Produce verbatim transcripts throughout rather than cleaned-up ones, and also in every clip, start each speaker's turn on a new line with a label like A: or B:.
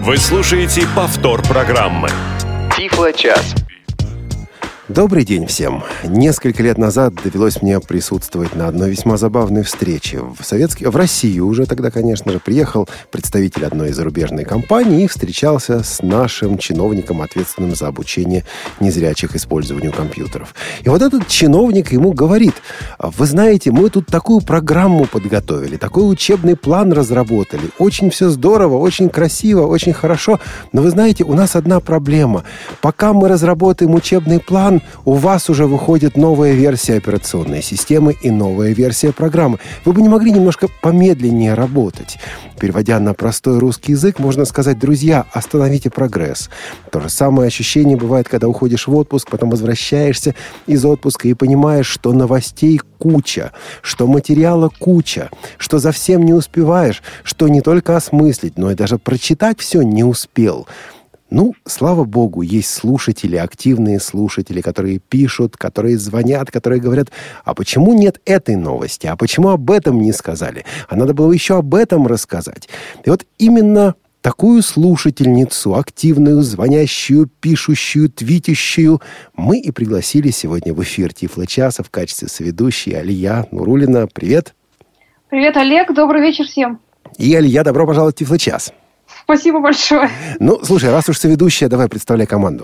A: Вы слушаете повтор программы «Тифло-час».
B: Добрый день всем. Несколько лет назад довелось мне присутствовать на одной весьма забавной встрече. В, Советский... в Россию уже тогда, конечно же, приехал представитель одной зарубежной компании и встречался с нашим чиновником, ответственным за обучение незрячих использованию компьютеров. И вот этот чиновник ему говорит: вы знаете, мы тут такую программу подготовили, такой учебный план разработали. Очень все здорово, очень красиво, очень хорошо. Но вы знаете, у нас одна проблема. Пока мы разработаем учебный план, у вас уже выходит новая версия операционной системы и новая версия программы. Вы бы не могли немножко помедленнее работать? Переводя на простой русский язык, можно сказать: друзья, остановите прогресс. То же самое ощущение бывает, когда уходишь в отпуск, потом возвращаешься из отпуска и понимаешь, что новостей куча, что материала куча, что за всем не успеваешь, что не только осмыслить, но и даже прочитать все не успел. Ну, слава богу, есть слушатели, активные слушатели, которые пишут, которые звонят, которые говорят: а почему нет этой новости? А почему об этом не сказали? А надо было еще об этом рассказать. И вот именно такую слушательницу, активную, звонящую, пишущую, твитящую, мы и пригласили сегодня в эфир Тифло-часа в качестве соведущей Алия Нуруллина. Привет.
C: Привет, Олег. Добрый вечер всем.
B: И, Алия, добро пожаловать в Тифло-час.
C: Спасибо большое.
B: Ну, слушай, раз уж соведущая, давай представляй команду.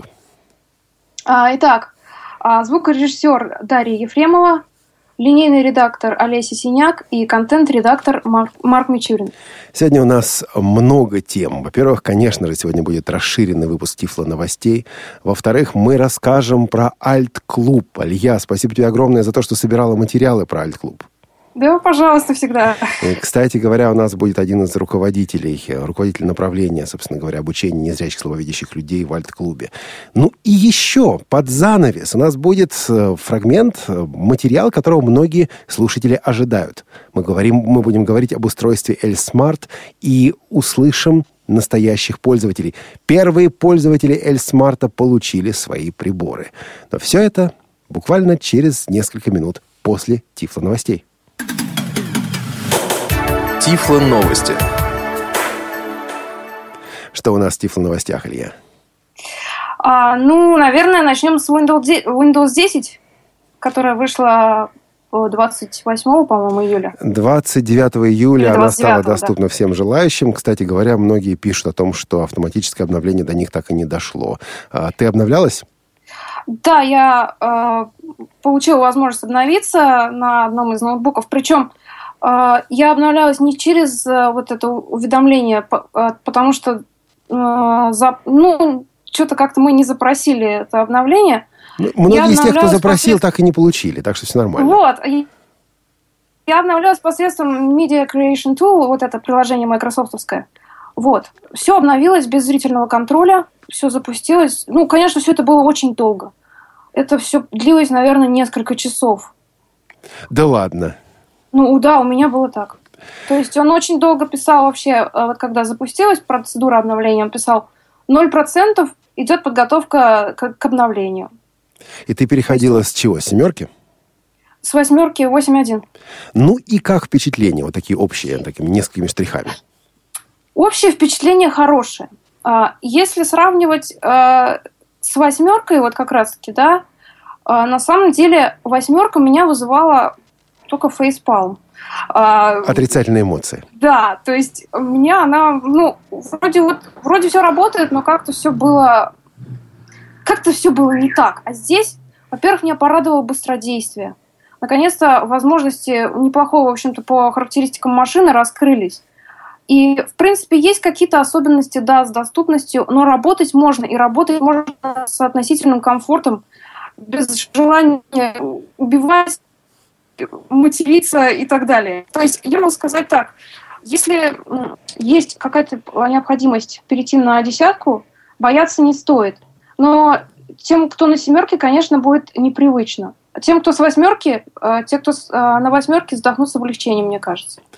C: А, итак, звукорежиссер Дарья Ефремова, линейный редактор Олеся Синяк и контент-редактор Марк, Марк Мичурин.
B: Сегодня у нас много тем. Во-первых, конечно же, сегодня будет расширенный выпуск Тифло-новостей. Во-вторых, мы расскажем про Альт-клуб. Алия, спасибо тебе огромное за то, что собирала материалы про Альт-клуб.
C: Да, пожалуйста, всегда.
B: И, кстати говоря, у нас будет один из руководителей, руководитель направления, собственно говоря, обучения незрячих слабовидящих людей в Альт-клубе. Ну и еще под занавес у нас будет фрагмент, материал, которого многие слушатели ожидают. Мы, говорим, мы будем говорить об устройстве L-Smart и услышим настоящих пользователей. Первые пользователи L-Smart получили свои приборы. Но все это буквально через несколько минут после Тифло-новостей.
A: Тифло-новости.
B: Что у нас в Тифло-новостях, Илья?
C: А, ну, наверное, начнем с Windows десять, которая вышла двадцать восьмого, по-моему, июля.
B: двадцать девятого июля она стала
C: да.
B: доступна всем желающим. Кстати говоря, многие пишут о том, что автоматическое обновление до них так и не дошло. А ты обновлялась?
C: Да, я э, получила возможность обновиться на одном из ноутбуков. Причем э, я обновлялась не через э, вот это уведомление, по, э, потому что э, за, ну, что-то как-то мы не запросили это обновление.
B: Ну, многие из тех, кто запросил, посред... так и не получили, так что все нормально.
C: Вот. Я обновлялась посредством Media Creation Tool, вот это приложение майкрософтовское. Вот. Все обновилось без зрительного контроля, все запустилось. Ну, конечно, все это было очень долго. Это все длилось, наверное, несколько часов.
B: Да ладно?
C: Ну, да, у меня было так. То есть он очень долго писал вообще, вот когда запустилась процедура обновления, он писал: ноль процентов идет подготовка к, к обновлению.
B: И ты переходила с чего? С семерки?
C: С восьмерки восемь один.
B: Ну и как впечатления, вот такие общие, такими несколькими штрихами?
C: Общее впечатление хорошее. Если сравнивать с восьмеркой, вот как раз-таки, да, на самом деле восьмерка меня вызывала только фейспалм.
B: Отрицательные эмоции.
C: Да, то есть у меня она, ну, вроде вот, вроде все работает, но как-то все было, как-то все было не так. А здесь, во-первых, меня порадовало быстродействие. Наконец-то возможности неплохого, в общем-то, по характеристикам машины раскрылись. И, в принципе, есть какие-то особенности, да, с доступностью, но работать можно, и работать можно с относительным комфортом, без желания убивать, материться и так далее. То есть, я могу сказать так, если есть какая-то необходимость перейти на десятку, бояться не стоит. Но тем, кто на семерке, конечно, будет непривычно. Тем, кто с восьмерки, те, кто на восьмерке, вздохнут с облегчением, мне кажется.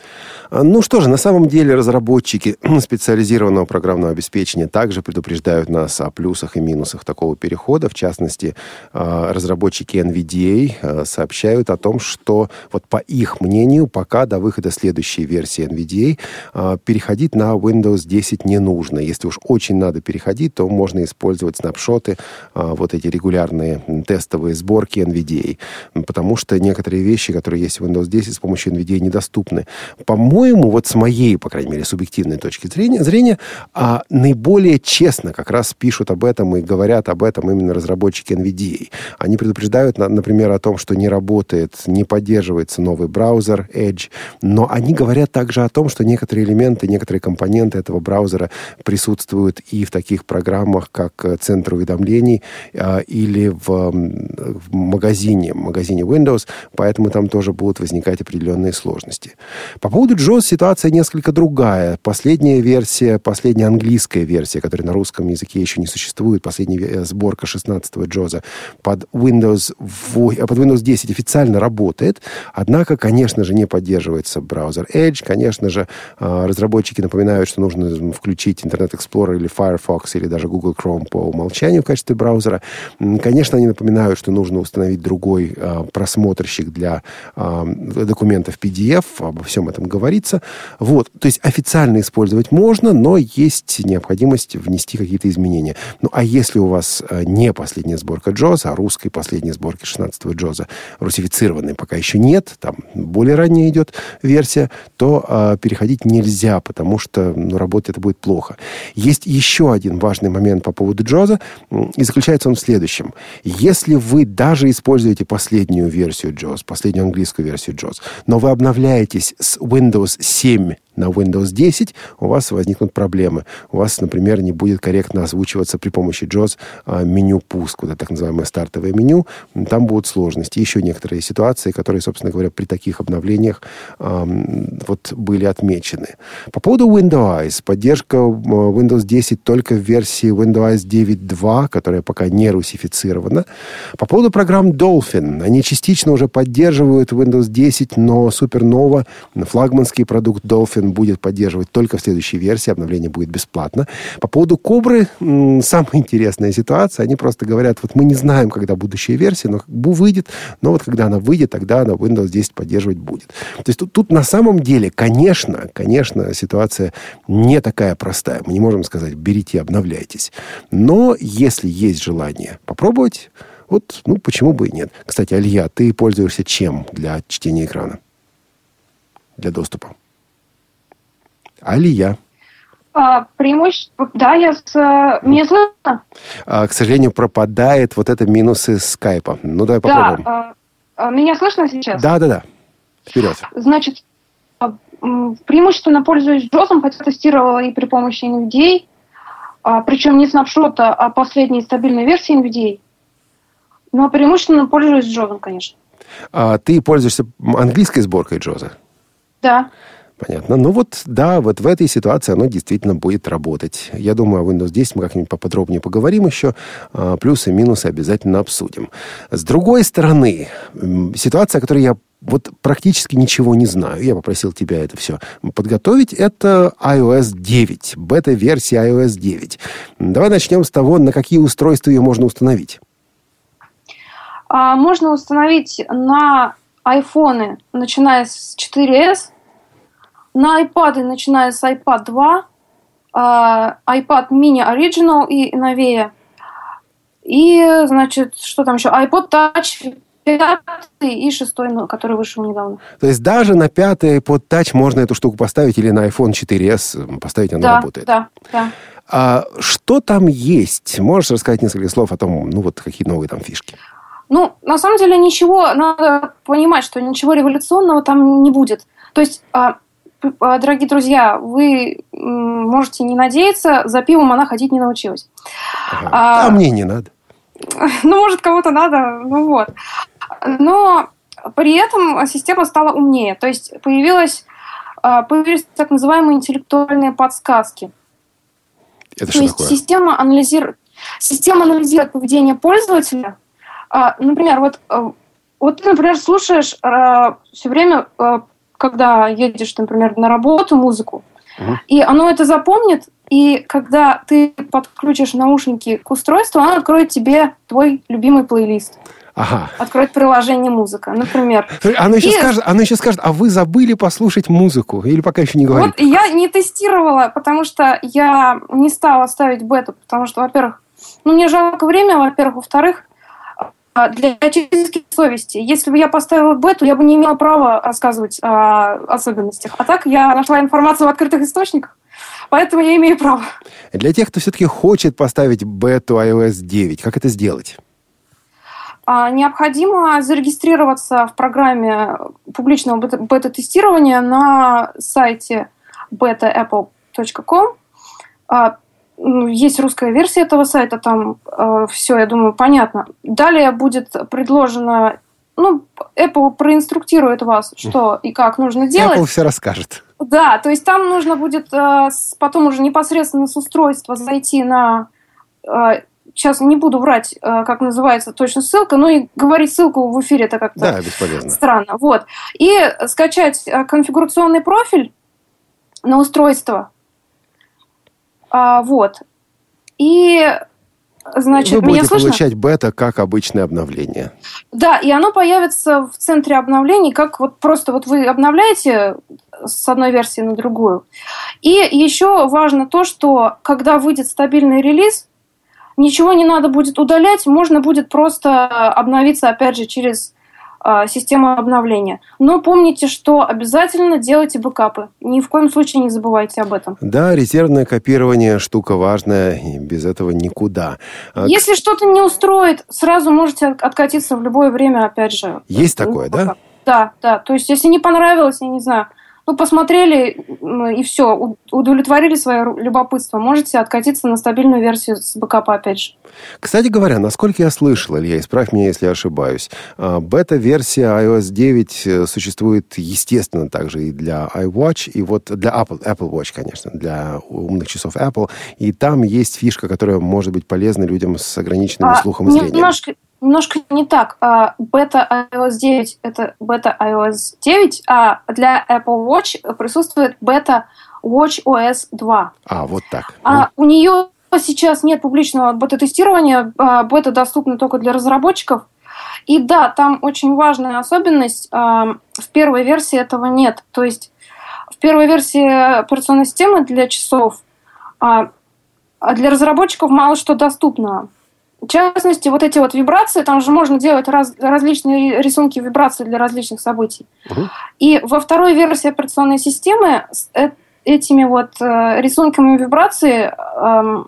B: Ну что же, на самом деле разработчики специализированного программного обеспечения также предупреждают нас о плюсах и минусах такого перехода. В частности, разработчики эн ви ди эй сообщают о том, что вот по их мнению, пока до выхода следующей версии эн ви ди эй переходить на Windows десять не нужно. Если уж очень надо переходить, то можно использовать снапшоты, вот эти регулярные тестовые сборки эн ви ди эй. Потому что некоторые вещи, которые есть в Windows десять, с помощью эн ви ди эй недоступны. По-моему, вот с моей, по крайней мере, субъективной точки зрения, зрения а, наиболее честно как раз пишут об этом и говорят об этом именно разработчики эн ви ди эй. Они предупреждают, например, о том, что не работает, не поддерживается новый браузер Edge, но они говорят также о том, что некоторые элементы, некоторые компоненты этого браузера присутствуют и в таких программах, как центр уведомлений а, или в, в магазине, в магазине Windows, поэтому там тоже будут возникать определенные сложности. По поводу джоуз ситуация несколько другая. Последняя версия, последняя английская версия, которая на русском языке еще не существует, последняя сборка шестнадцатого джоуза под Windows, под Windows десять официально работает, однако, конечно же, не поддерживается браузер Edge, конечно же, разработчики напоминают, что нужно включить Internet Explorer или Firefox или даже Google Chrome по умолчанию в качестве браузера. Конечно, они напоминают, что нужно установить другой просмотрщик для документов пи ди эф, обо всем этом говорится. Вот. То есть официально использовать можно, но есть необходимость внести какие-то изменения. Ну, а если у вас не последняя сборка джоуза, а русской последней сборки шестнадцатого джоуза русифицированной пока еще нет, там более ранняя идет версия, то э, переходить нельзя, потому что ну, работать это будет плохо. Есть еще один важный момент по поводу джоуза, и заключается он в следующем. Если вы даже используете последнюю версию джоуз, последнюю английскую версию джоуз, но вы обновляетесь с Windows семь на Windows десять, у вас возникнут проблемы. У вас, например, не будет корректно озвучиваться при помощи джоуз а, меню пуск, вот это так называемое стартовое меню. Там будут сложности. Еще некоторые ситуации, которые, собственно говоря, при таких обновлениях а, вот были отмечены. По поводу Windows. Поддержка Windows десять только в версии Windows девять точка два, которая пока не русифицирована. По поводу программ Dolphin. Они частично уже поддерживают Windows десять, но Supernova, флагманский продукт Dolphin, будет поддерживать только в следующей версии. Обновление будет бесплатно. По поводу Кобры самая интересная ситуация. Они просто говорят, вот мы не знаем, когда будущая версия, но выйдет, но вот когда она выйдет, тогда она Windows десять поддерживать будет. То есть тут, тут на самом деле, конечно, конечно, ситуация не такая простая. Мы не можем сказать, берите, обновляйтесь. Но если есть желание попробовать, вот, ну, почему бы и нет. Кстати, Алия, ты пользуешься чем для чтения экрана? Для доступа? Алия.
C: А, преимущество... Да, я с... Меня слышно?
B: А, к сожалению, пропадает вот это минусы скайпа. Ну, давай попробуем.
C: Да. А, меня слышно сейчас?
B: Да, да, да. Вперед.
C: Значит, преимущественно пользуюсь джоузом, хотя тестировала и при помощи эн ви ди эй. А, причем не снапшота, а последней стабильной версии эн ви ди эй. Но преимущественно пользуюсь джоузом, конечно.
B: А ты пользуешься английской сборкой джоуза?
C: Да.
B: Понятно. Ну вот, да, вот в этой ситуации оно действительно будет работать. Я думаю, о Windows десять мы как-нибудь поподробнее поговорим еще. Плюсы и минусы обязательно обсудим. С другой стороны, ситуация, о которой я вот практически ничего не знаю. Я попросил тебя это все подготовить. Это ай о эс девять, бета-версия ай о эс девять. Давай начнем с того, на какие устройства ее можно установить.
C: А, можно установить на айфоны, начиная с четыре эс, на iPad, начиная с айпад два, uh, iPad mini Original и новее. И, значит, что там еще? iPod Touch пятый и шестой, который вышел недавно.
B: То есть даже на пятый iPod Touch можно эту штуку поставить или на iPhone четыре эс поставить, она
C: да,
B: работает?
C: Да, да.
B: А что там есть? Можешь рассказать несколько слов о том, ну вот какие новые там фишки?
C: Ну, на самом деле ничего, надо понимать, что ничего революционного там не будет. То есть... Дорогие друзья, вы можете не надеяться, за пивом она ходить не научилась.
B: Ага. А, а мне не надо.
C: Ну, может, кому-то надо, ну вот. Но при этом система стала умнее. То есть появилась, появились так называемые интеллектуальные подсказки.
B: Это
C: То
B: что
C: есть
B: такое?
C: Система анализирует, система анализирует поведение пользователя. Например, вот, вот ты, например, слушаешь все время когда едешь, например, на работу, музыку,
B: угу.
C: и оно это запомнит, и когда ты подключишь наушники к устройству, оно откроет тебе твой любимый плейлист.
B: Ага.
C: Откроет приложение «Музыка», например.
B: Оно еще,
C: и...
B: скажет, оно еще скажет, а вы забыли послушать музыку? Или пока еще не говорит?
C: Вот я не тестировала, потому что я не стала ставить бету, потому что, во-первых, ну, мне жалко время, во-первых, во-вторых, для очистки совести. Если бы я поставила бету, я бы не имела права рассказывать о особенностях. А так я нашла информацию в открытых источниках, поэтому я имею право.
B: Для тех, кто все-таки хочет поставить бету ай о эс девять, как это сделать?
C: Необходимо зарегистрироваться в программе публичного бета-тестирования на сайте бета апл точка ком. Есть русская версия этого сайта, там все, я думаю, понятно. Далее будет предложено, ну, Apple проинструктирует вас, что и как нужно делать.
B: Apple все расскажет.
C: Да, то есть там нужно будет потом уже непосредственно с устройства зайти на... Сейчас не буду врать, как называется точно ссылка, но и говорить ссылку в эфире это как-то
B: да, бесполезно.
C: Странно. Вот. И скачать конфигурационный профиль на устройство. А, вот. И, значит,
B: вы будете
C: меня слышно?
B: получать бета как обычное обновление.
C: Да, и оно появится в центре обновлений, как вот просто вот вы обновляете с одной версии на другую. И еще важно то, что когда выйдет стабильный релиз, ничего не надо будет удалять, можно будет просто обновиться, опять же, через э, систему обновления. Но помните, что обязательно делайте бэкапы. Ни в коем случае не забывайте об этом.
B: Да, резервное копирование – штука важная, и без этого никуда.
C: Если что-то не устроит, сразу можете откатиться в любое время, опять же.
B: Есть такое, да?
C: Да, да. То есть, если не понравилось, я не знаю, ну, посмотрели и все, удовлетворили свое любопытство. Можете откатиться на стабильную версию с бэкапа опять же.
B: Кстати говоря, насколько я слышал, Илья, исправь меня, если я ошибаюсь, бета-версия ай о эс девять существует, естественно, также и для iWatch, и вот для Apple, Apple Watch, конечно, для умных часов Apple. И там есть фишка, которая может быть полезна людям с ограниченным
C: а,
B: слухом и зрением.
C: Немножко... Немножко не так. Бета ай о эс девять – это бета ай о эс девять, а для Apple Watch присутствует бета watch о эс два.
B: А, вот так.
C: А ну. У нее сейчас нет публичного бета-тестирования, бета доступна только для разработчиков. И да, там очень важная особенность. В первой версии этого нет. То есть в первой версии операционной системы для часов для разработчиков мало что доступно. В частности, вот эти вот вибрации, там же можно делать раз, различные рисунки вибраций для различных событий. Uh-huh. И во второй версии операционной системы с э, этими вот э, рисунками вибрации э,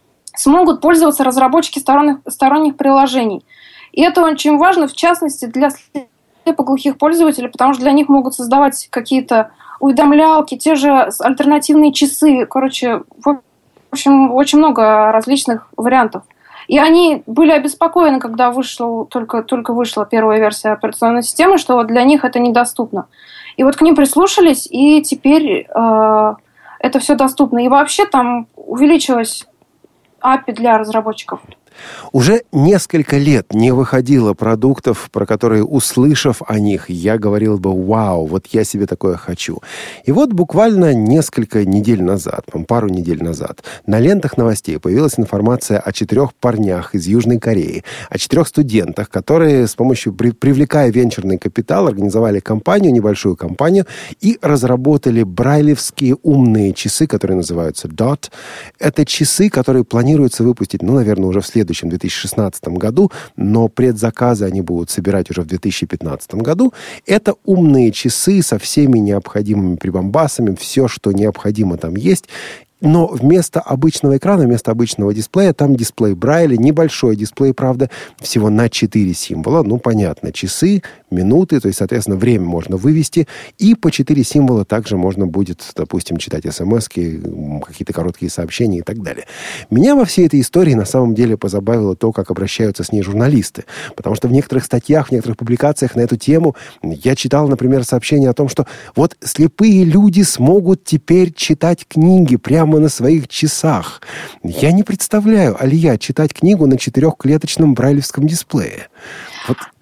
C: смогут пользоваться разработчики сторонних, сторонних приложений. И это очень важно, в частности, для слепоглухих пользователей, потому что для них могут создавать какие-то уведомлялки, те же альтернативные часы. Короче, в общем, очень много различных вариантов. И они были обеспокоены, когда вышла, только, только вышла первая версия операционной системы, что вот для них это недоступно. И вот к ним прислушались, и теперь э, это все доступно. И вообще там увеличилось эй пи ай для разработчиков.
B: Уже несколько лет не выходило продуктов, про которые, услышав о них, я говорил бы: вау, вот я себе такое хочу. И вот буквально несколько недель назад, пару недель назад, на лентах новостей появилась информация о четырех парнях из Южной Кореи, о четырех студентах, которые с помощью, привлекая венчурный капитал, организовали компанию, небольшую компанию, и разработали брайлевские умные часы, которые называются дот. Это часы, которые планируется выпустить, ну, наверное, уже в следующем в две тысячи шестнадцатом году, но предзаказы они будут собирать уже в две тысячи пятнадцатом году. Это умные часы со всеми необходимыми прибамбасами, все, что необходимо там есть. Но вместо обычного экрана, вместо обычного дисплея, там дисплей Брайля, небольшой дисплей, правда, всего на четыре символа. Ну, понятно, часы, минуты, то есть, соответственно, время можно вывести. И по четыре символа также можно будет, допустим, читать смски, какие-то короткие сообщения и так далее. Меня во всей этой истории на самом деле позабавило то, как обращаются с ней журналисты. Потому что в некоторых статьях, в некоторых публикациях на эту тему я читал, например, сообщение о том, что вот слепые люди смогут теперь читать книги прямо на своих часах. Я не представляю, Алия, читать книгу на четырехклеточном брайлевском дисплее. Вот.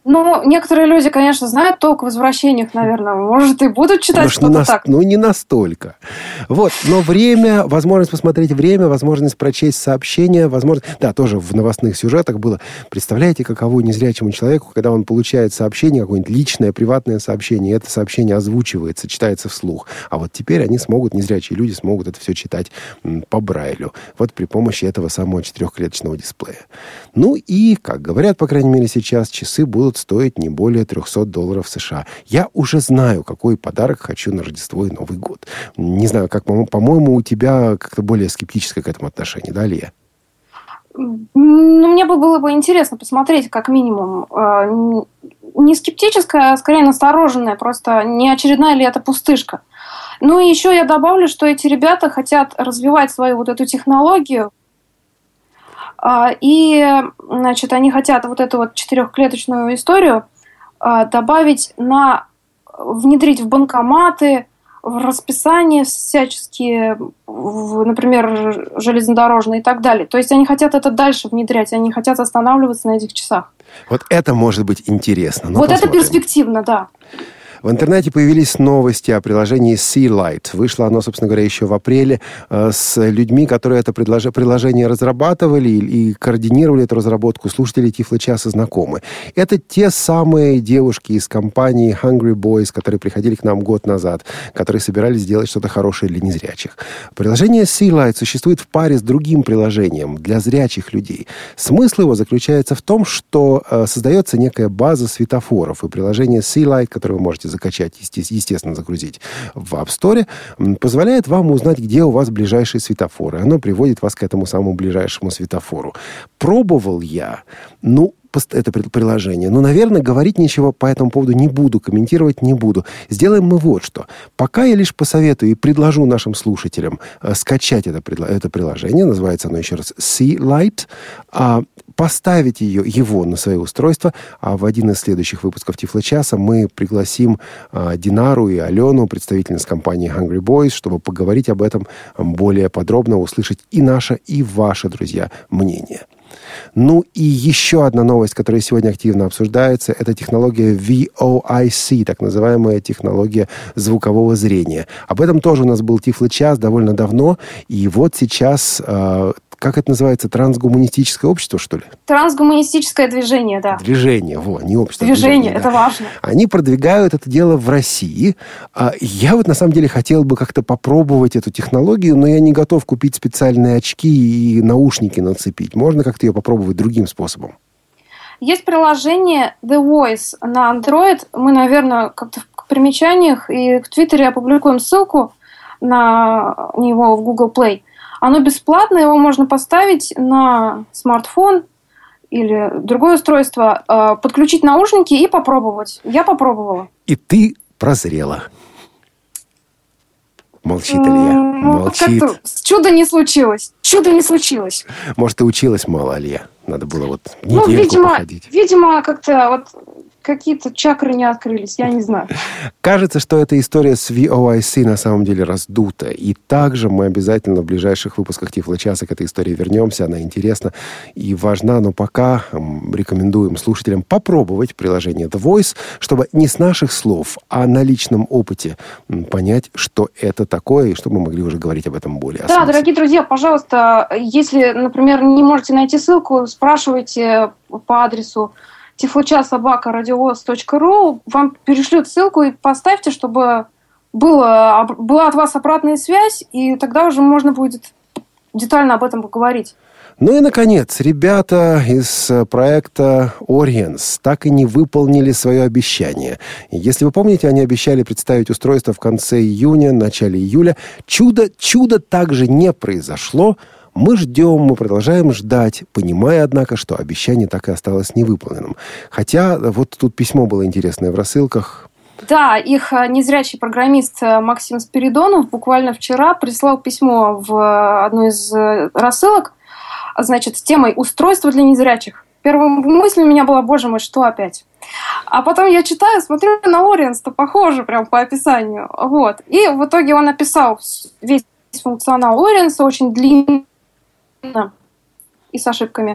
C: Ну, некоторые люди, конечно, знают толк в возвращениях, наверное. Может, и будут читать
B: ну,
C: что-то
B: не нас...
C: так.
B: Ну, не настолько. Вот. Но время, возможность посмотреть время, возможность прочесть сообщения, возможность... Да, тоже в новостных сюжетах было. Представляете, каково незрячему человеку, когда он получает сообщение, какое-нибудь личное, приватное сообщение, и это сообщение озвучивается, читается вслух. А вот теперь они смогут, незрячие люди смогут это все читать по Брайлю. Вот при помощи этого самого четырехклеточного дисплея. Ну и, как говорят, по крайней мере, сейчас, часы будут стоить не более триста долларов США. Я уже знаю, какой подарок хочу на Рождество и Новый год. Не знаю, как, по-моему, у тебя как-то более скептическое к этому отношение, да, Лия?
C: Ну, мне бы было бы интересно посмотреть, как минимум. Не скептическое, а скорее настороженное. Просто не очередная ли это пустышка. Ну и еще я добавлю, что эти ребята хотят развивать свою вот эту технологию. И, значит, они хотят вот эту вот четырехклеточную историю добавить на... внедрить в банкоматы, в расписание всяческие, в, например, железнодорожные и так далее. То есть они хотят это дальше внедрять, они хотят останавливаться на этих часах.
B: Вот это может быть интересно.
C: Вот посмотрим. Это перспективно, да.
B: В интернете появились новости о приложении Sealight. Вышло оно, собственно говоря, еще в апреле э, с людьми, которые это предлож... приложение разрабатывали и, и координировали эту разработку. Слушатели Тифло-часа знакомы. Это те самые девушки из компании Hungry Boys, которые приходили к нам год назад, которые собирались сделать что-то хорошее для незрячих. Приложение Sealight существует в паре с другим приложением для зрячих людей. Смысл его заключается в том, что э, создается некая база светофоров, и приложение Sealight, которое вы можете закачать, естественно, загрузить в App Store, позволяет вам узнать, где у вас ближайшие светофоры. Оно приводит вас к этому самому ближайшему светофору. Пробовал я, ну, это приложение. Но, наверное, говорить ничего по этому поводу не буду, комментировать не буду. Сделаем мы вот что. Пока я лишь посоветую и предложу нашим слушателям э, скачать это, это приложение, называется оно еще раз Sealight, э, поставить ее, его на свое устройство, а в один из следующих выпусков Тифло-часа мы пригласим э, Динару и Алену, представительниц компании Hungry Boys, чтобы поговорить об этом более подробно, услышать и наше, и ваше, друзья, мнение. Ну и еще одна новость, которая сегодня активно обсуждается, это технология ви о ай си, так называемая технология звукового зрения. Об этом тоже у нас был Тифло-час довольно давно, и вот сейчас... Э, как это называется? Трансгуманистическое общество, что ли?
C: Трансгуманистическое движение, да.
B: Движение, во, не общество.
C: Движение,
B: движение,
C: это
B: да.
C: важно.
B: Они продвигают это дело в России. Я вот на самом деле хотел бы как-то попробовать эту технологию, но я не готов купить специальные очки и наушники нацепить. Можно как-то ее попробовать другим способом? Есть приложение The Voice на Android. Мы, наверное, как-то в примечаниях и в Твиттере опубликуем ссылку на него в Google Play. Оно бесплатное, его можно поставить на смартфон или другое устройство, подключить наушники и попробовать. Я попробовала. И ты прозрела. Молчит Илья. Молчит. Как-то чудо не случилось. Чудо не случилось. Может, ты училась мало, Илья? Надо было вот недельку ну, видимо, походить. Видимо, как-то вот какие-то чакры не открылись, я не знаю. Кажется, что эта история с ви о ай си на самом деле раздута. И также мы обязательно в ближайших выпусках Тифло-часа к этой истории вернемся. Она интересна и важна, но пока рекомендуем слушателям попробовать приложение The Voice, чтобы не с наших слов, а на личном опыте понять, что это такое, и чтобы мы могли уже говорить об этом более осмысленно. Да, дорогие друзья, пожалуйста, если, например, не можете найти ссылку, спрашивайте по адресу тифлочас собака радиовоз точка ру, вам перешлют ссылку и поставьте, чтобы было, была от вас обратная связь, и тогда уже можно будет детально об этом поговорить. Ну и, наконец, ребята из проекта Oriens так и не выполнили свое обещание. Если вы помните, они обещали представить устройство в конце июня, начале июля. Чудо, чудо также не произошло. Мы ждем, мы продолжаем ждать, понимая, однако, что обещание так и осталось невыполненным. Хотя вот тут письмо было интересное в рассылках. Да, их незрячий программист Максим Спиридонов буквально вчера прислал письмо в одну из рассылок, значит, с темой «Устройство для незрячих». Первая мысль у меня была: боже мой, что опять? А потом я читаю, смотрю на Oriens-то похоже прям по описанию. Вот. И в итоге он описал весь функционал Oriens, очень длинный и с ошибками.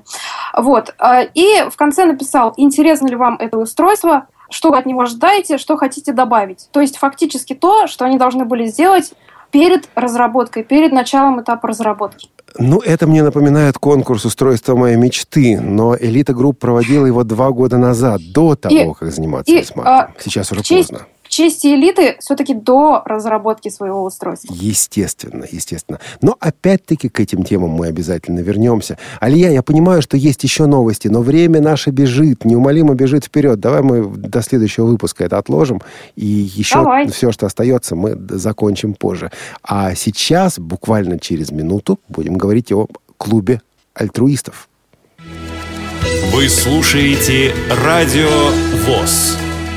C: Вот. И в конце написал, интересно ли вам это устройство, что вы от него ожидаете, что хотите добавить. То есть фактически то, что они должны были сделать перед разработкой, перед началом этапа разработки.
B: Ну, это мне напоминает конкурс «Устройство моей мечты», но Элита Групп проводила его два года назад, до того, и, как заниматься и, смартом. Сейчас уже
C: честь,
B: поздно.
C: К чести Элиты все-таки до разработки своего устройства.
B: Естественно, естественно. Но опять-таки к этим темам мы обязательно вернемся. Алия, я понимаю, что есть еще новости, но время наше бежит, неумолимо бежит вперед. Давай мы до следующего выпуска это отложим, и еще Давай. все, что остается, мы закончим позже. А сейчас, буквально через минуту, будем говорить о клубе альтруистов.
A: Вы слушаете Радио ВОС.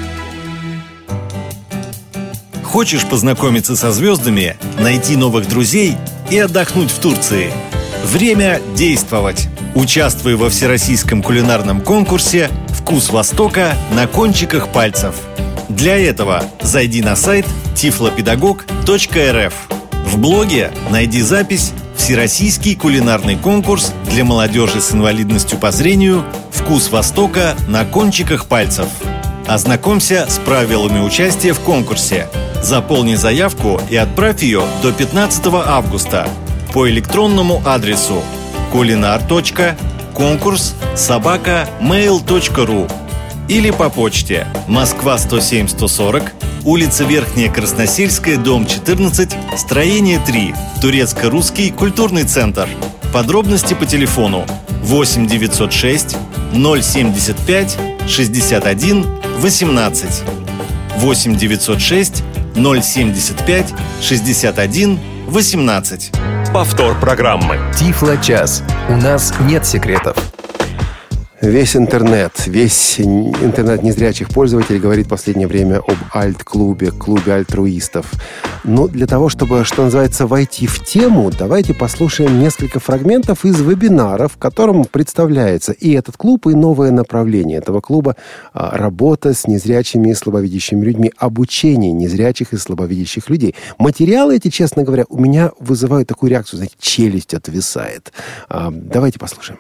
D: Хочешь познакомиться со звездами, найти новых друзей и отдохнуть в Турции? Время действовать! Участвуй во всероссийском кулинарном конкурсе «Вкус Востока на кончиках пальцев». Для этого зайди на сайт тифлопедагог точка эр эф. В блоге найди запись «Всероссийский кулинарный конкурс для молодежи с инвалидностью по зрению «Вкус Востока на кончиках пальцев». Ознакомься с правилами участия в конкурсе. Заполни заявку и отправь ее до пятнадцатого августа по электронному адресу кулинар точка конкурс собака мейл точка ру или по почте Москва сто семь сто сорок, улица Верхняя Красносельская, дом четырнадцать, строение три, Турецко-Русский культурный центр. Подробности по телефону восемь девятьсот шесть ноль семьдесят пять шестьдесят один восемнадцать восемь девятьсот шесть ноль семьдесят пять шестьдесят один восемнадцать.
A: Повтор программы.
E: Тифло-час. У нас нет секретов.
B: Весь интернет, весь интернет незрячих пользователей говорит в последнее время об альт-клубе, клубе альтруистов. Ну, для того, чтобы, что называется, войти в тему, давайте послушаем несколько фрагментов из вебинара, в котором представляется и этот клуб, и новое направление этого клуба – работа с незрячими и слабовидящими людьми, обучение незрячих и слабовидящих людей. Материалы эти, честно говоря, у меня вызывают такую реакцию, знаете, челюсть отвисает. Давайте послушаем.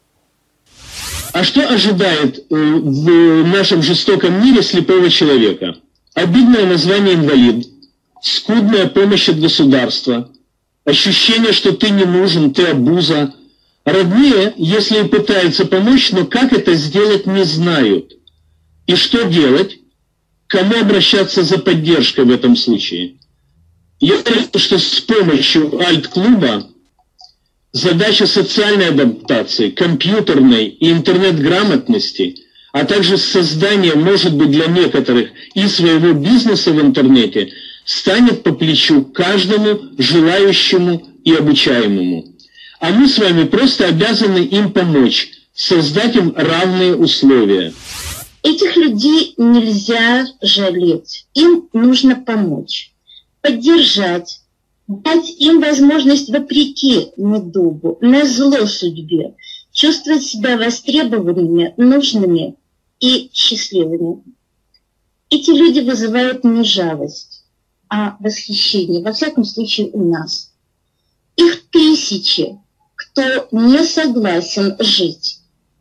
F: А что ожидает в нашем жестоком мире слепого человека? Обидное название инвалид, скудная помощь от государства, ощущение, что ты не нужен, ты обуза. Родные, если и пытаются помочь, но как это сделать, не знают. И что делать? Кому обращаться за поддержкой в этом случае? Я думаю, что с помощью альт-клуба задача социальной адаптации, компьютерной и интернет-грамотности, а также создание, может быть, для некоторых и своего бизнеса в интернете, станет по плечу каждому желающему и обучаемому. А мы с вами просто обязаны им помочь, создать им равные условия.
G: Этих людей нельзя жалеть, им нужно помочь, поддержать, дать им возможность вопреки недугу, назло судьбе, чувствовать себя востребованными, нужными и счастливыми. Эти люди вызывают не жалость, а восхищение, во всяком случае у нас. Их тысячи, кто не согласен жить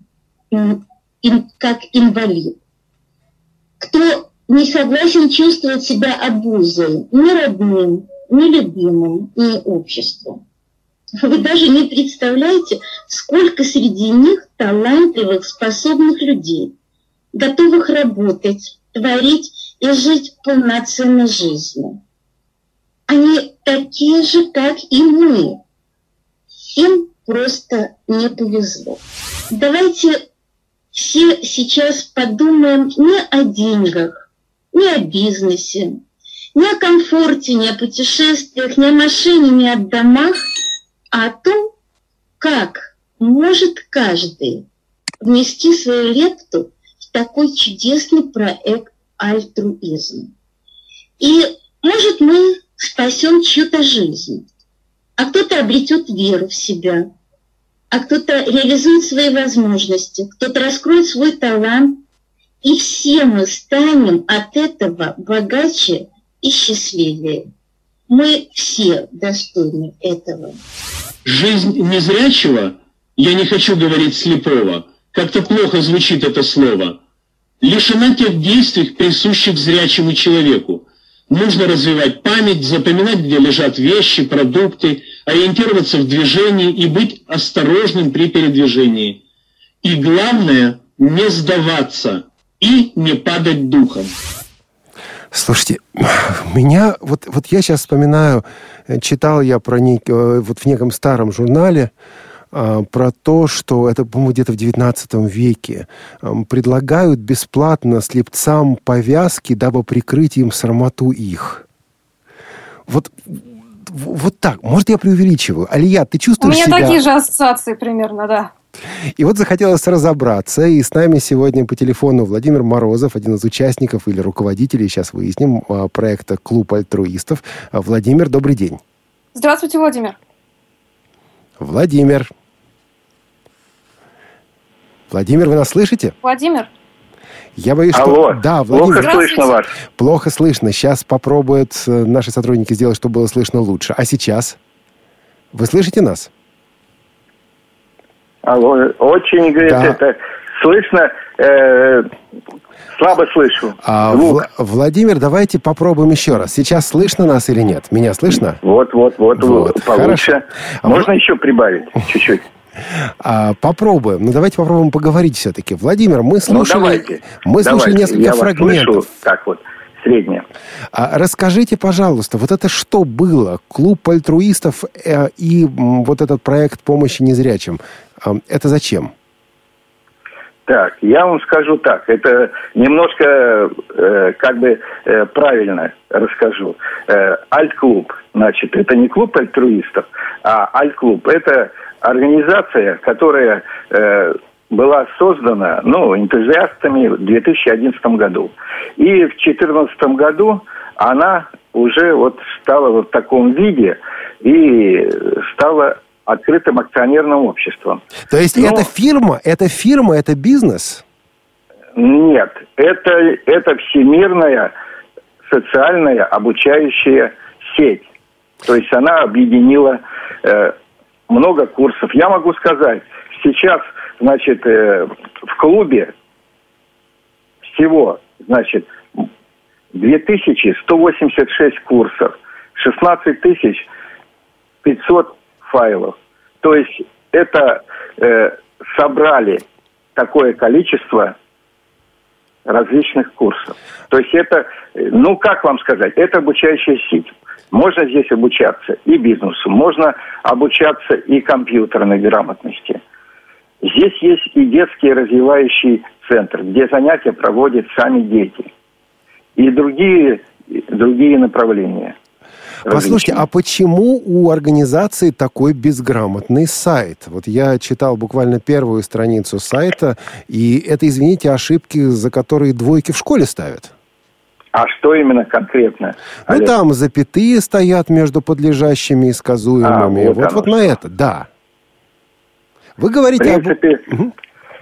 G: как инвалид, кто не согласен чувствовать себя обузой, ни родным, ни любимым, ни обществом. Вы даже не представляете, сколько среди них талантливых, способных людей, готовых работать, творить и жить полноценной жизнью. Они такие же, как и мы. Им просто не повезло. Давайте все сейчас подумаем не о деньгах, не о бизнесе, не о комфорте, не о путешествиях, не о машине, не о домах, а о том, как может каждый внести свою лепту в такой чудесный проект альтруизм. И, может, мы спасем чью-то жизнь, а кто-то обретет веру в себя, а кто-то реализует свои возможности, кто-то раскроет свой талант, и все мы станем от этого богаче и счастливее. Мы все достойны этого.
F: Жизнь незрячего я не хочу говорить слепого, как-то плохо звучит это слово, лишена тех действий, присущих зрячему человеку. Нужно развивать память, запоминать, где лежат вещи, продукты, ориентироваться в движении и быть осторожным при передвижении. И главное, не сдаваться и не падать духом.
B: Слушайте, меня, вот, вот я сейчас вспоминаю, читал я про нек, вот в неком старом журнале, про то, что это, по-моему, где-то в девятнадцатом веке предлагают бесплатно слепцам повязки, дабы прикрыть им срамоту их. Вот, вот так. Может, я преувеличиваю? Алия, ты чувствуешь себя...
C: У меня себя... такие же ассоциации примерно, да.
B: И вот захотелось разобраться, и с нами сегодня по телефону Владимир Морозов, один из участников или руководителей, сейчас выясним, проекта «Клуб альтруистов». Владимир, добрый день.
C: Здравствуйте, Владимир.
B: Владимир. Владимир, вы нас слышите?
C: Владимир.
B: Я боюсь,
H: Алло.
B: что... Да, Владимир.
H: Плохо слышно вас.
B: Плохо слышно. Сейчас попробуют наши сотрудники сделать, чтобы было слышно лучше. А сейчас? Вы слышите нас?
H: Алло. Очень, говорит, да. Это слышно... Э, слабо слышу.
B: А, Вл- Владимир, давайте попробуем еще раз. Сейчас слышно нас или нет? Меня слышно?
H: Вот, вот, вот.
B: вот.
H: Получше. Можно
B: а,
H: еще прибавить чуть-чуть?
B: А, попробуем. Ну, давайте попробуем поговорить все-таки. Владимир, мы слушали,
H: ну, давайте.
B: мы слушали
H: давайте.
B: несколько
H: Я
B: фрагментов.
H: Вас слышу, так вот, среднее.
B: А, расскажите, пожалуйста, вот это что было? Клуб альтруистов э, и м, вот этот проект помощи незрячим. Э, это зачем?
H: Так, я вам скажу так. Это немножко, э, как бы, э, правильно расскажу. Э, Альт-клуб, значит, это не клуб альтруистов, а Альт-клуб. Это организация, которая э, была создана, ну, энтузиастами в две тысячи одиннадцатом году. И в две тысячи четырнадцатом году она уже вот стала вот в таком виде и стала открытым акционерным обществом.
B: То есть
H: Но...
B: это фирма, это фирма, это бизнес?
H: Нет, это, это всемирная социальная обучающая сеть. То есть она объединила э, много курсов. Я могу сказать, сейчас, значит, э, в клубе всего, значит, две тысячи сто восемьдесят шесть курсов, шестнадцать тысяч пятьсот файлов. То есть это э, собрали такое количество различных курсов. То есть это, ну как вам сказать, это обучающая сеть. Можно здесь обучаться и бизнесу, можно обучаться и компьютерной грамотности. Здесь есть и детский развивающий центр, где занятия проводят сами дети. И другие, другие направления.
B: Послушайте, а почему у организации такой безграмотный сайт? Вот я читал буквально первую страницу сайта, и это, извините, ошибки, за которые двойки в школе ставят.
H: А что именно конкретно?
B: Ну,
H: Олег?
B: там запятые стоят между подлежащими и сказуемыми.
H: А, вот
B: вот, вот на это, да. Вы говорите...
H: В принципе, об... угу.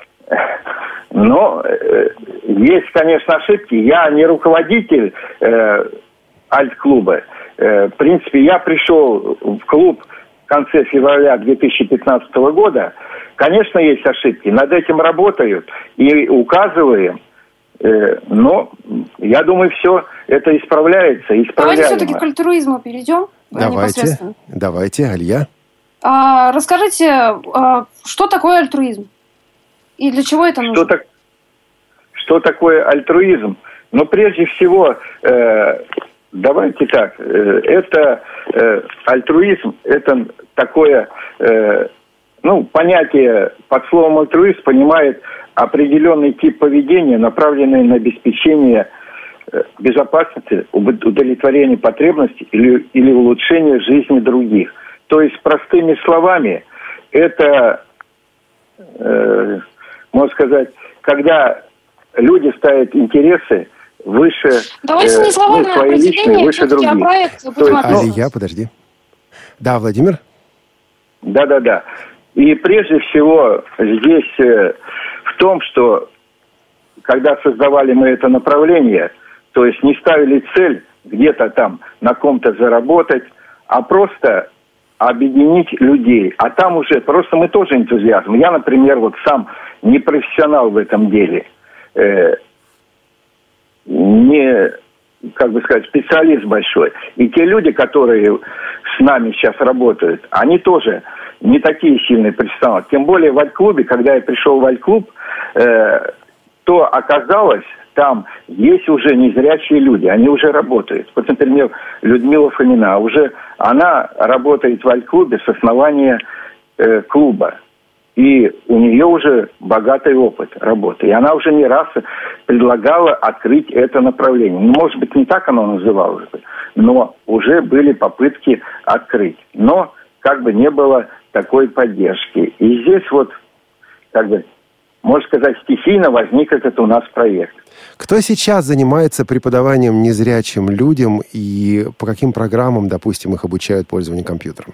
H: ну, э, есть, конечно, ошибки. Я не руководитель э, Альт-клуба. Э, в принципе, я пришел в клуб в конце февраля две тысячи пятнадцатого года. Конечно, есть ошибки. Над этим работают и указываем. Но я думаю, все это исправляется.
C: Давайте все-таки к альтруизму перейдем.
B: Давайте, давайте, Алия.
C: А, расскажите, а, что такое альтруизм? И для чего это нужно?
H: Что, так, что такое альтруизм? Ну, прежде всего, э, давайте так. Э, это э, альтруизм, это такое... Э, ну, понятие под словом альтруизм понимает определенный тип поведения, направленный на обеспечение безопасности, удовлетворение потребностей или, или улучшение жизни других. То есть, простыми словами, это, э, можно сказать, когда люди ставят интересы выше,
C: Давайте не словами,
H: ну, свои личные, выше других.
C: То есть,
B: Алия, подожди. Да, Владимир?
H: Да-да-да. И прежде всего здесь э, в том, что когда создавали мы это направление, то есть не ставили цель где-то там на ком-то заработать, а просто объединить людей. А там уже просто мы тоже энтузиазм. Я, например, вот сам не профессионал в этом деле. Э, не, как бы сказать, специалист большой. И те люди, которые с нами сейчас работают, они тоже не такие сильные профессионалы. Тем более в Альт-клубе, когда я пришел в Альт-клуб, э, то оказалось, там есть уже незрячие люди, они уже работают. Вот, например, Людмила Фомина, уже она работает в Альт-клубе с основания э, клуба. И у нее уже богатый опыт работы. И она уже не раз предлагала открыть это направление. Ну, может быть, не так оно называлось бы, но уже были попытки открыть. Но как бы не было такой поддержки. И здесь вот, как бы, можно сказать, стихийно возник этот у нас проект.
B: Кто сейчас занимается преподаванием незрячим людям и по каким программам, допустим, их обучают пользованию компьютером?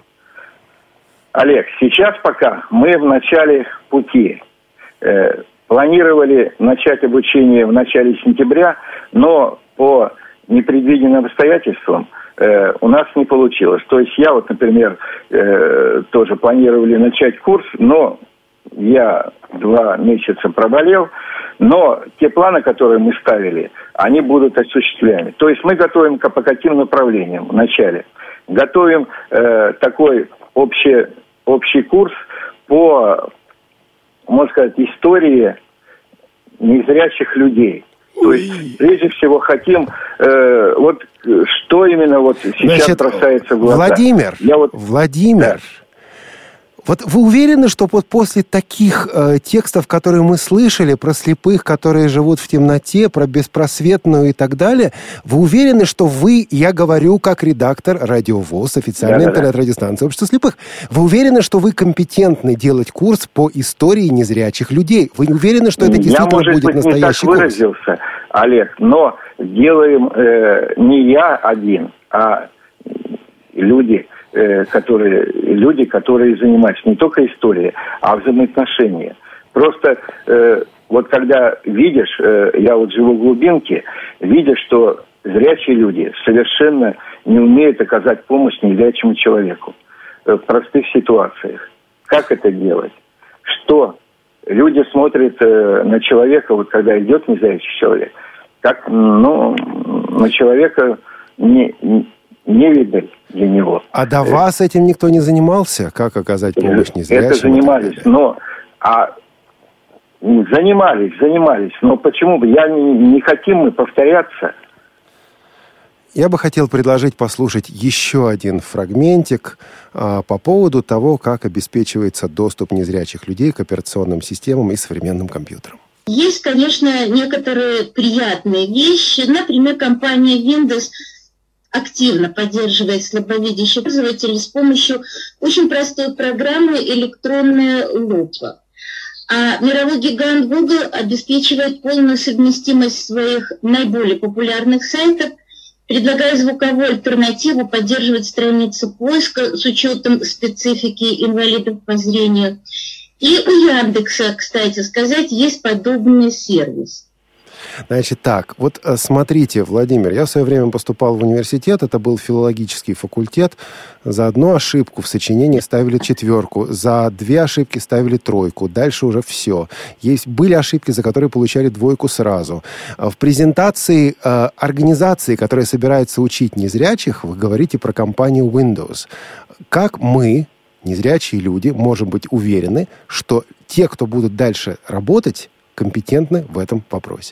H: Олег, сейчас пока мы в начале пути. Э, планировали начать обучение в начале сентября, но по непредвиденным обстоятельствам э, у нас не получилось. То есть я вот, например, э, тоже планировали начать курс, но я два месяца проболел, но те планы, которые мы ставили, они будут осуществляемы. То есть мы готовим по каким направлениям вначале? Готовим э, такой общий, общий курс по, можно сказать, истории незрячих людей. То есть, прежде всего, хотим, э, вот что именно вот сейчас Значит, бросается в глаза.
B: Владимир, Я вот, Владимир, да. Вот вы уверены, что вот после таких э, текстов, которые мы слышали, про слепых, которые живут в темноте, про беспросветную и так далее, вы уверены, что вы, я говорю как редактор Радио ВОС, официальной да, интернет-радиостанции Общества слепых, вы уверены, что вы компетентны делать курс по истории незрячих людей? Вы уверены, что это действительно
H: я, может
B: будет
H: быть,
B: настоящий
H: не так
B: курс?
H: Выразился, Олег, но делаем э, не я один, а люди... которые, люди, которые занимаются не только историей, а взаимоотношения. Просто э, вот когда видишь, э, я вот живу в глубинке, видишь, что зрячие люди совершенно не умеют оказать помощь незрячему человеку э, в простых ситуациях. Как это делать? Что люди смотрят э, на человека, вот когда идет незрячий человек, как, ну, на человека не... не видать для него.
B: А до вас этим никто не занимался? Как оказать помощь незрячим?
H: Это занимались, но... А, занимались, занимались. Но почему бы? Я не, не хотим мы повторяться.
B: Я бы хотел предложить послушать еще один фрагментик а, по поводу того, как обеспечивается доступ незрячих людей к операционным системам и современным компьютерам.
G: Есть, конечно, некоторые приятные вещи. Например, компания Windows активно поддерживает слабовидящих пользователей с помощью очень простой программы «Электронная лупа». А мировой гигант Google обеспечивает полную совместимость своих наиболее популярных сайтов, предлагая звуковую альтернативу поддерживать страницы поиска с учетом специфики инвалидов по зрению. И у Яндекса, кстати сказать, есть подобный сервис.
B: Значит так, вот смотрите, Владимир, я в свое время поступал в университет, это был филологический факультет, за одну ошибку в сочинении ставили четверку, за две ошибки ставили тройку, дальше уже все. Есть, были ошибки, за которые получали двойку сразу. В презентации э, организации, которая собирается учить незрячих, вы говорите про компанию Windows. Как мы, незрячие люди, можем быть уверены, что те, кто будут дальше работать, компетентны в этом вопросе?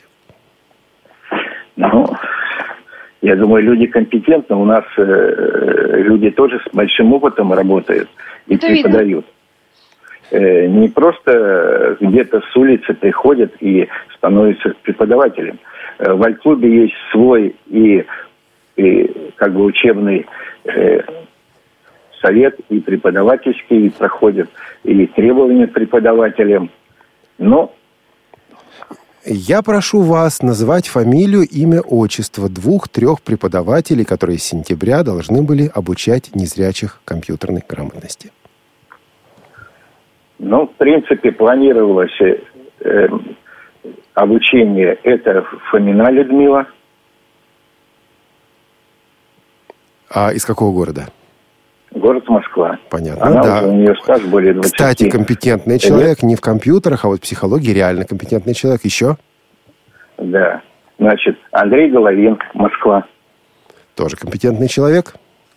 H: Ну, я думаю, люди компетентны. У нас э, люди тоже с большим опытом работают и это преподают. Э, не просто где-то с улицы приходят и становятся преподавателем. Э, в Альт-клубе есть свой и, и как бы учебный э, совет, и преподавательский, и проходят и требования к преподавателям. Но
B: я прошу вас называть фамилию, имя, отчество двух-трех преподавателей, которые с сентября должны были обучать незрячих компьютерной грамотности.
H: Ну, в принципе, планировалось э, обучение. Это Фомина Людмила.
B: А из какого города?
H: Город Москва.
B: Понятно,
H: Она
B: да.
H: уже, у нее стаж более двадцати.
B: Кстати, компетентный человек не в компьютерах, а вот в психологии реально компетентный человек. Еще?
H: Да. Значит, Андрей Головин, Москва.
B: Тоже компетентный человек.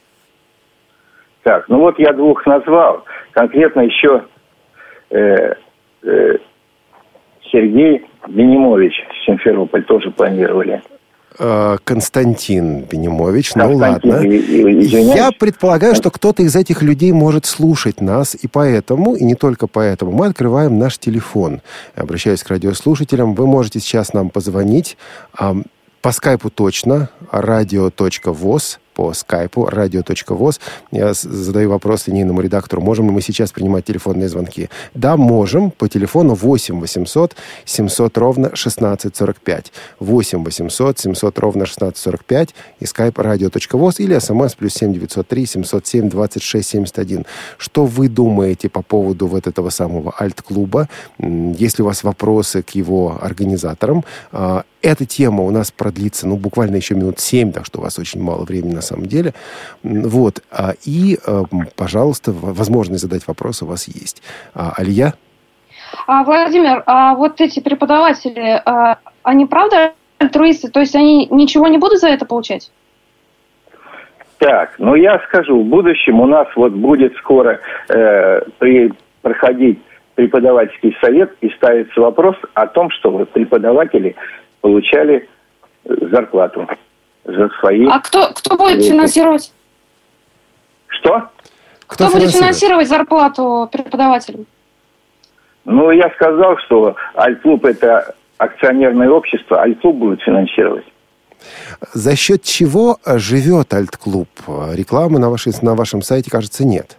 H: Так, ну вот я двух назвал. Конкретно еще э, э, Сергей Бенимович, Симферополь, тоже планировали.
B: Константин Бенимович, ну
H: Константин,
B: ладно.
H: И, и,
B: Я предполагаю, что кто-то из этих людей может слушать нас, и поэтому, и не только поэтому, мы открываем наш телефон. Обращаюсь к радиослушателям, вы можете сейчас нам позвонить по скайпу точно, радио.воз, по скайпу радио.воз. Я задаю вопрос линейному редактору, можем ли мы сейчас принимать телефонные звонки. Да, можем, по телефону восемь восемьсот семьсот ровно шестнадцать сорок пять. восемь восемьсот семьсот ровно шестнадцать сорок пять и скайп радио.воз или смс плюс семь девятьсот три семьсот семь двадцать шесть семьдесят один. Что вы думаете по поводу вот этого самого альт-клуба? Есть ли у вас вопросы к его организаторам? Эта тема у нас продлится, ну, буквально еще минут семь, так что у вас очень мало времени на самом деле. Вот. И, пожалуйста, возможность задать вопрос у вас есть. Алия?
C: А, Владимир, а вот эти преподаватели, а, они правда альтруисты? То есть они ничего не будут за это получать?
H: Так, ну я скажу, в будущем у нас вот будет скоро э, при, проходить преподавательский совет и ставится вопрос о том, что вот преподаватели получали зарплату за свои...
C: А кто, кто будет финансировать?
H: Что?
C: Кто, кто будет финансировать зарплату преподавателям?
H: Ну, я сказал, что Альт-клуб – это акционерное общество, Альт-клуб будет финансировать.
B: За счет чего живет Альт-клуб? Рекламы на, вашей, на вашем сайте, кажется, нет.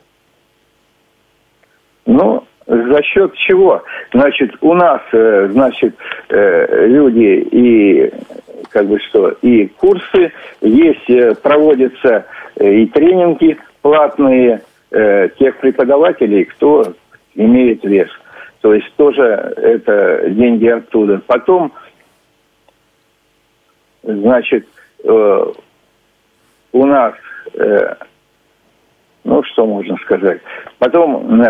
H: Ну... За счет чего? Значит, у нас, значит, люди и, как бы что, и курсы, есть, проводятся и тренинги платные тех преподавателей, кто имеет вес. То есть тоже это деньги оттуда. Потом, значит, у нас, ну, что можно сказать, потом...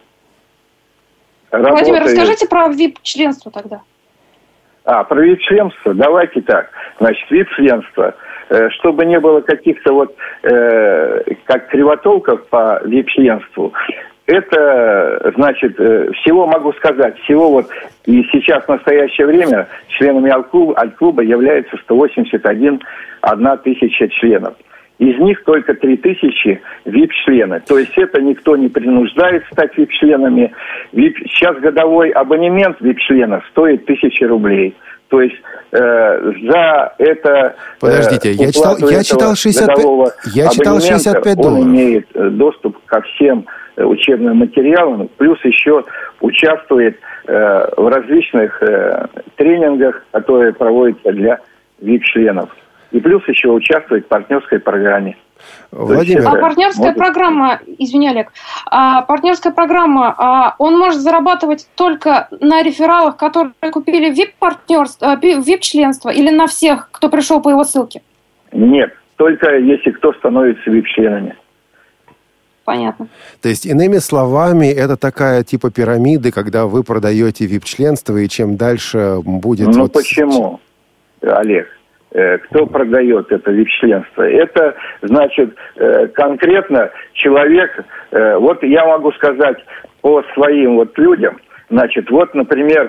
C: Владимир,
H: Работает...
C: расскажите про вип-членство тогда.
H: А, про вип-членство? Давайте так. Значит, вип-членство. Э, чтобы не было каких-то вот, э, как кривотолков по вип-членству, это, значит, э, всего могу сказать, всего вот и сейчас в настоящее время членами Альт-клуба, Альт-клуба является сто восемьдесят одна тысяча членов. Из них только три тысячи вип-члены. То есть это никто не принуждает стать вип-членами. ВИП... Сейчас годовой абонемент вип-члена стоит тысяча рублей. То есть э, за это...
B: Подождите,
H: э,
B: я читал, я читал шестьдесят пять, я читал шестьдесят пять долларов.
H: Он имеет доступ ко всем учебным материалам, плюс еще участвует э, в различных э, тренингах, которые проводятся для вип-членов. И плюс еще участвует в партнерской программе.
B: Владимир.
C: А партнерская может... программа, извини, Олег, а партнерская программа, а он может зарабатывать только на рефералах, которые купили вип-партнерство, вип-членство, или на всех, кто пришел по его ссылке?
H: Нет, только если кто становится вип-членами.
C: Понятно.
B: То есть, иными словами, это такая типа пирамиды, когда вы продаете вип-членство, и чем дальше будет...
H: Ну
B: вот...
H: почему, Олег? Кто продает это вип-членство? Это, значит, конкретно человек, вот я могу сказать по своим вот людям, значит, вот, например,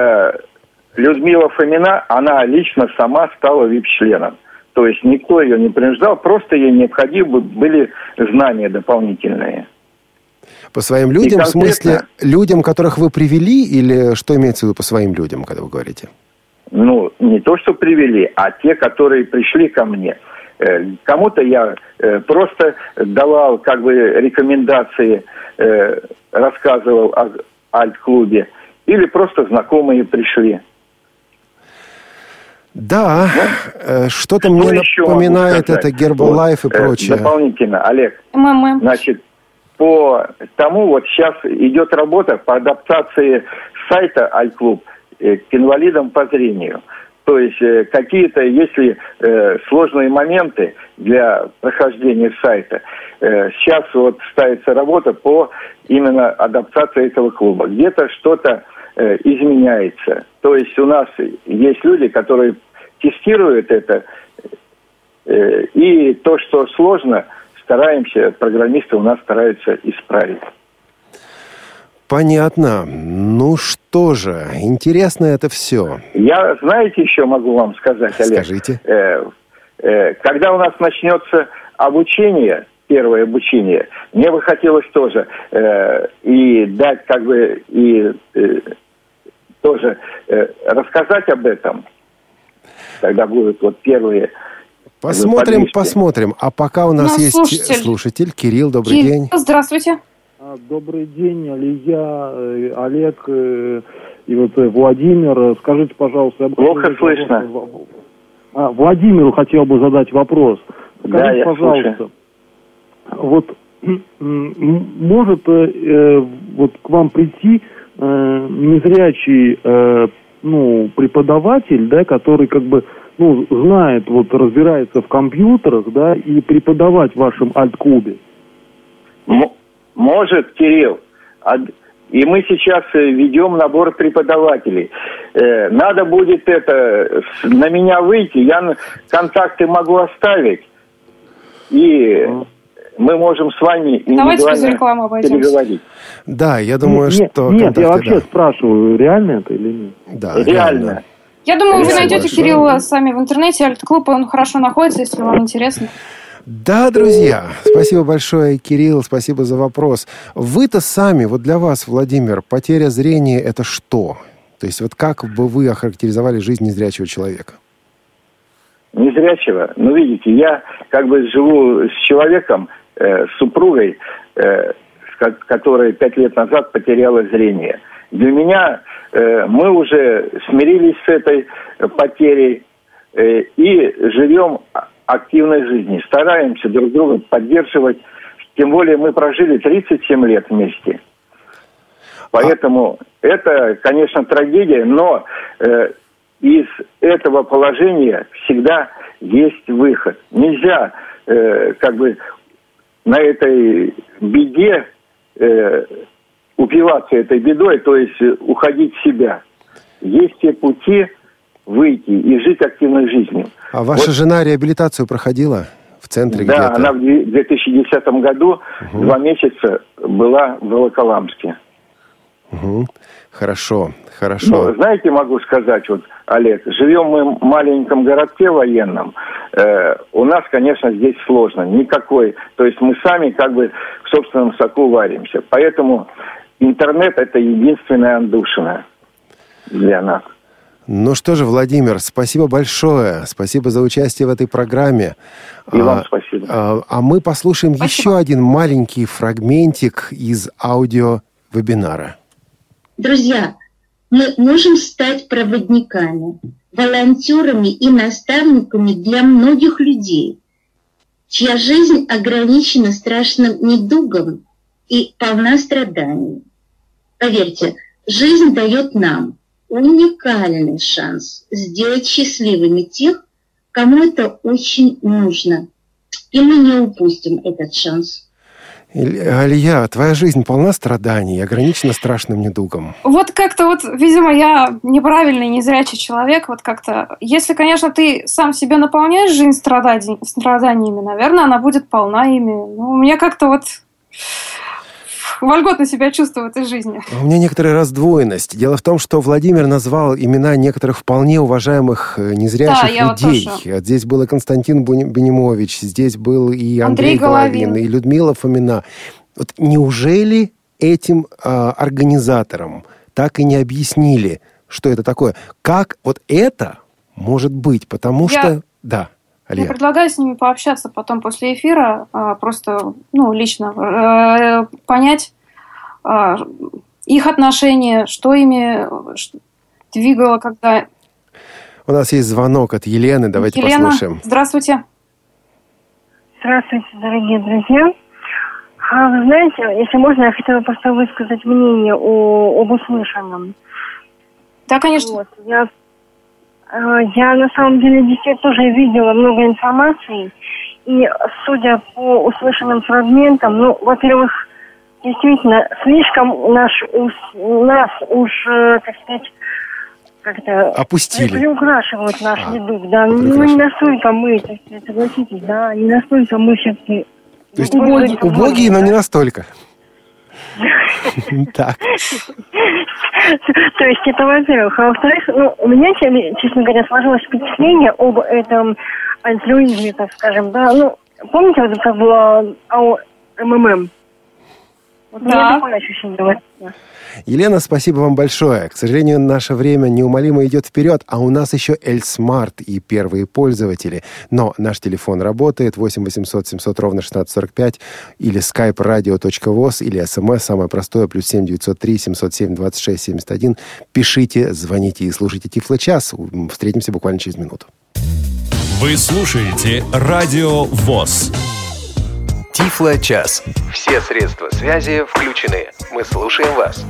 H: Людмила Фомина, она лично сама стала вип-членом. То есть никто ее не принуждал, просто ей необходимы были знания дополнительные.
B: По своим людям, конкретно... в смысле, людям, которых вы привели, или что имеется в виду по своим людям, когда вы говорите?
H: Ну, не то, что привели, а те, которые пришли ко мне. Кому-то я просто давал как бы рекомендации, рассказывал о Альт-клубе, или просто знакомые пришли.
B: Да, ну, что-то что мне напоминает это Гербалайф вот, и прочее.
H: Дополнительно, Олег,
C: МММ.
H: Значит, по тому вот сейчас идет работа по адаптации сайта Альт-клуб к инвалидам по зрению. То есть э, какие-то, если э, сложные моменты для прохождения сайта, э, сейчас вот ставится работа по именно адаптации этого клуба. Где-то что-то э, изменяется. То есть у нас есть люди, которые тестируют это, э, и то, что сложно, стараемся, программисты у нас стараются исправить.
B: Понятно. Ну что же, интересно это все.
H: Я, знаете, еще могу вам сказать, Олег?
B: Скажите.
H: Э, э, когда у нас начнется обучение, первое обучение, мне бы хотелось тоже э, и дать, как бы, и э, тоже э, рассказать об этом, когда будут вот первые...
B: Посмотрим, посмотрим. А пока у нас
C: Ну,
B: есть
C: слушатель.
B: слушатель. Кирилл, добрый
C: Кирилл,
B: день.
C: Здравствуйте.
I: Добрый день, Алия, Олег и вот Владимир. Скажите, пожалуйста... Я
H: Плохо слышно.
I: Вопрос. А, Владимиру хотел бы задать вопрос. Скажите,
H: да, я
I: пожалуйста,
H: слушаю.
I: вот может э, вот к вам прийти э, незрячий э, ну, преподаватель, да, который как бы ну, знает, вот разбирается в компьютерах, да, и преподавать в вашем альт-клубе?
H: М- может, Кирилл. И мы сейчас ведем набор преподавателей. Э, надо будет это на меня выйти, я контакты могу оставить, и мы можем с вами индивидуально переговорить.
B: Да, я думаю,
I: нет,
B: что...
I: Нет, я вообще
B: да.
I: спрашиваю, реально это или нет?
B: Да,
H: реально. реально.
C: Я думаю,
B: реально.
C: вы найдете Кирилла сами в интернете, альт-клуб, он хорошо находится, если вам интересно.
B: Да, друзья, спасибо большое, Кирилл, спасибо за вопрос. Вы-то сами, вот для вас, Владимир, потеря зрения – это что? То есть вот как бы вы охарактеризовали жизнь незрячего человека?
H: Незрячего? Ну, видите, я как бы живу с человеком, э, с супругой, э, с, которая пять лет назад потеряла зрение. Для меня э, мы уже смирились с этой потерей э, и живем активной жизни. Стараемся друг друга поддерживать. Тем более мы прожили тридцать семь лет вместе. Поэтому а... это, конечно, трагедия, но э, из этого положения всегда есть выход. Нельзя э, как бы на этой беде э, упиваться этой бедой, то есть уходить в себя. Есть все пути выйти и жить активной жизнью.
B: А ваша вот. жена реабилитацию проходила в центре
H: да,
B: где-то?
H: Да, она в две тысячи десятом году угу. два месяца была в Волоколамске.
B: Угу. Хорошо, хорошо.
H: Ну, знаете, могу сказать, вот, Олег, живем мы в маленьком городке военном. Э, у нас, конечно, здесь сложно. Никакой. То есть мы сами как бы в собственном соку варимся. Поэтому интернет – это единственная отдушина для нас.
B: Ну что же, Владимир, спасибо большое. Спасибо за участие в этой программе.
H: И а, вам спасибо.
B: А, а мы послушаем спасибо. еще один маленький фрагментик из аудиовебинара.
G: Друзья, мы можем стать проводниками, волонтерами и наставниками для многих людей, чья жизнь ограничена страшным недугом и полна страданий. Поверьте, жизнь дает нам уникальный шанс сделать счастливыми тех, кому это очень нужно. И мы не упустим этот шанс.
B: Алия, твоя жизнь полна страданий, ограничена страшным недугом.
C: Вот как-то вот, видимо, я неправильный, незрячий человек. Вот как-то, если, конечно, ты сам себе наполняешь жизнь страданий, страданиями, наверное, она будет полна ими. Ну, мне как-то вот вольготно себя чувствую в этой жизни.
B: У меня некоторая раздвоенность. Дело в том, что Владимир назвал имена некоторых вполне уважаемых незрячих
C: да,
B: людей.
C: Вот
B: вот здесь был и Константин Бенимович, здесь был и Андрей, Андрей Головин, Головин, и Людмила Фомина. Вот неужели этим а, организаторам так и не объяснили, что это такое? Как вот это может быть? Потому Я... что... Да.
C: Я предлагаю с ними пообщаться потом после эфира, просто, ну, лично понять их отношения, что ими двигало, когда...
B: У нас есть звонок от Елены, давайте
C: Елена,
B: послушаем.
C: Здравствуйте.
J: Здравствуйте, дорогие друзья. А вы знаете, если можно, я хотела просто высказать мнение о, об услышанном.
C: Да, конечно.
J: Вот. Я Я на самом деле действительно тоже видела много информации. И судя по услышанным фрагментам, ну, во-первых, действительно, слишком наш, нас уж, так сказать, как-то
B: опустили.
J: Приукрашивают наш а, редук, да. Ну, не настолько мы, так сказать, согласитесь, да, не настолько мы все-таки...
B: То есть убогие, убогие, но не настолько. Так.
J: То есть это, во-первых. А во-вторых, ну, у меня, честно говоря, сложилось впечатление об этом альтруизме, так скажем, да. Ну, помните, вот как было АО МММ? Вот у меня такое ощущение.
B: Елена, спасибо вам большое. К сожалению, наше время неумолимо идет вперед, а у нас еще Эльсмарт и первые пользователи. Но наш телефон работает восемь восемьсот семьсот ровно шестнадцать сорок пять или skype radio точка voz или смс самое простое плюс семь девятьсот три семьсот семь двадцать шесть семьдесят один. Пишите, звоните и слушайте Тифло-час. Встретимся буквально через минуту.
A: Вы слушаете Радио ВОС.
E: Тифло-час. Все средства связи включены. Мы слушаем вас.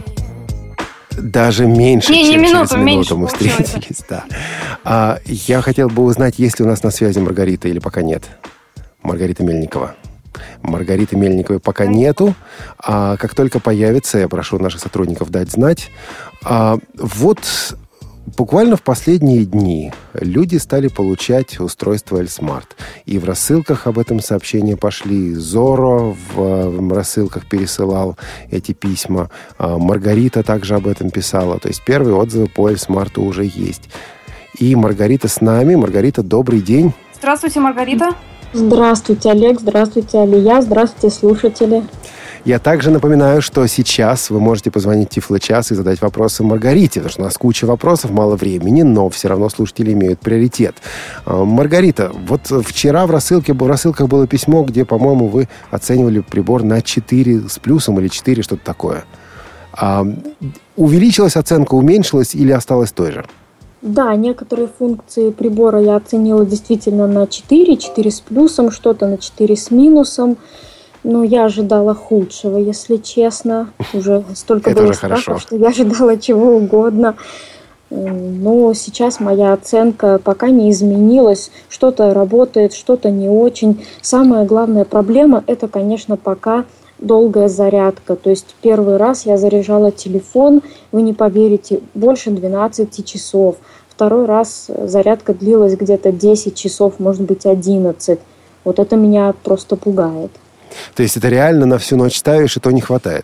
B: Даже меньше,
C: не,
B: чем
C: не минуту,
B: через минуту
C: меньше
B: мы встретились. Да. А, я хотел бы узнать, есть ли у нас на связи Маргарита или пока нет. Маргарита Мельникова. Маргариты Мельниковой пока нету. А как только появится, я прошу наших сотрудников дать знать. А, вот буквально в последние дни люди стали получать устройство Эльсмарт. И в рассылках об этом сообщения пошли. Зоро в рассылках пересылал эти письма. Маргарита также об этом писала. То есть первые отзывы по Эльсмарту уже есть. И Маргарита с нами. Маргарита, добрый день.
C: Здравствуйте, Маргарита.
K: Здравствуйте, Олег. Здравствуйте, Алия. Здравствуйте, слушатели.
B: Я также напоминаю, что сейчас вы можете позвонить в Тифло-час и задать вопросы Маргарите, потому что у нас куча вопросов, мало времени, но все равно слушатели имеют приоритет. Маргарита, вот вчера в рассылке, в рассылках было письмо, где, по-моему, вы оценивали прибор на четыре с плюсом или четыре, что-то такое. А, увеличилась оценка, уменьшилась или осталась той же?
K: Да, некоторые функции прибора я оценила действительно на четыре, четыре с плюсом, что-то на четыре с минусом. Но я ожидала худшего, если честно. Уже столько было страхов, что я ожидала чего угодно. Но сейчас моя оценка пока не изменилась. Что-то работает, что-то не очень. Самая главная проблема – это, конечно, пока долгая зарядка. То есть первый раз я заряжала телефон, вы не поверите, больше двенадцать часов. Второй раз зарядка длилась где-то десять часов, может быть, одиннадцать. Вот это меня просто пугает.
B: То есть это реально на всю ночь ставишь, и то не хватает?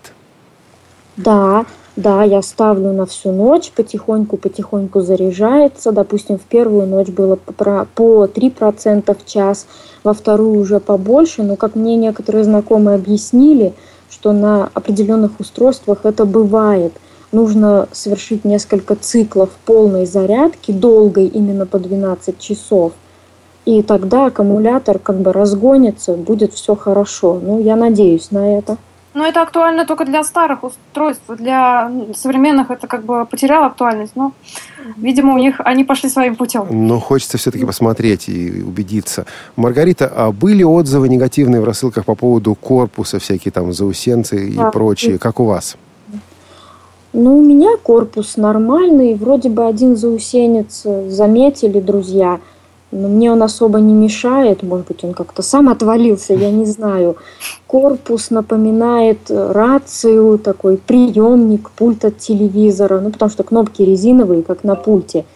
K: Да, да, я ставлю на всю ночь, потихоньку-потихоньку заряжается. Допустим, в первую ночь было по три процента в час, во вторую уже побольше. Но, как мне некоторые знакомые объяснили, что на определенных устройствах это бывает. Нужно совершить несколько циклов полной зарядки, долгой, именно по двенадцать часов. И тогда аккумулятор как бы разгонится, будет все хорошо. Ну, я надеюсь на это.
C: Но это актуально только для старых устройств. Для современных это как бы потеряло актуальность. Но, видимо, у них они пошли своим путем.
B: Но хочется все-таки посмотреть и убедиться. Маргарита, а были отзывы негативные в рассылках по поводу корпуса, всякие там заусенцы и да. прочее? Как у вас?
K: Ну, у меня корпус нормальный. Вроде бы один заусенец заметили друзья. Но мне он особо не мешает, может быть, он как-то сам отвалился, я не знаю. Корпус напоминает рацию, такой приемник, пульт от телевизора, ну, потому что кнопки резиновые, как на пульте.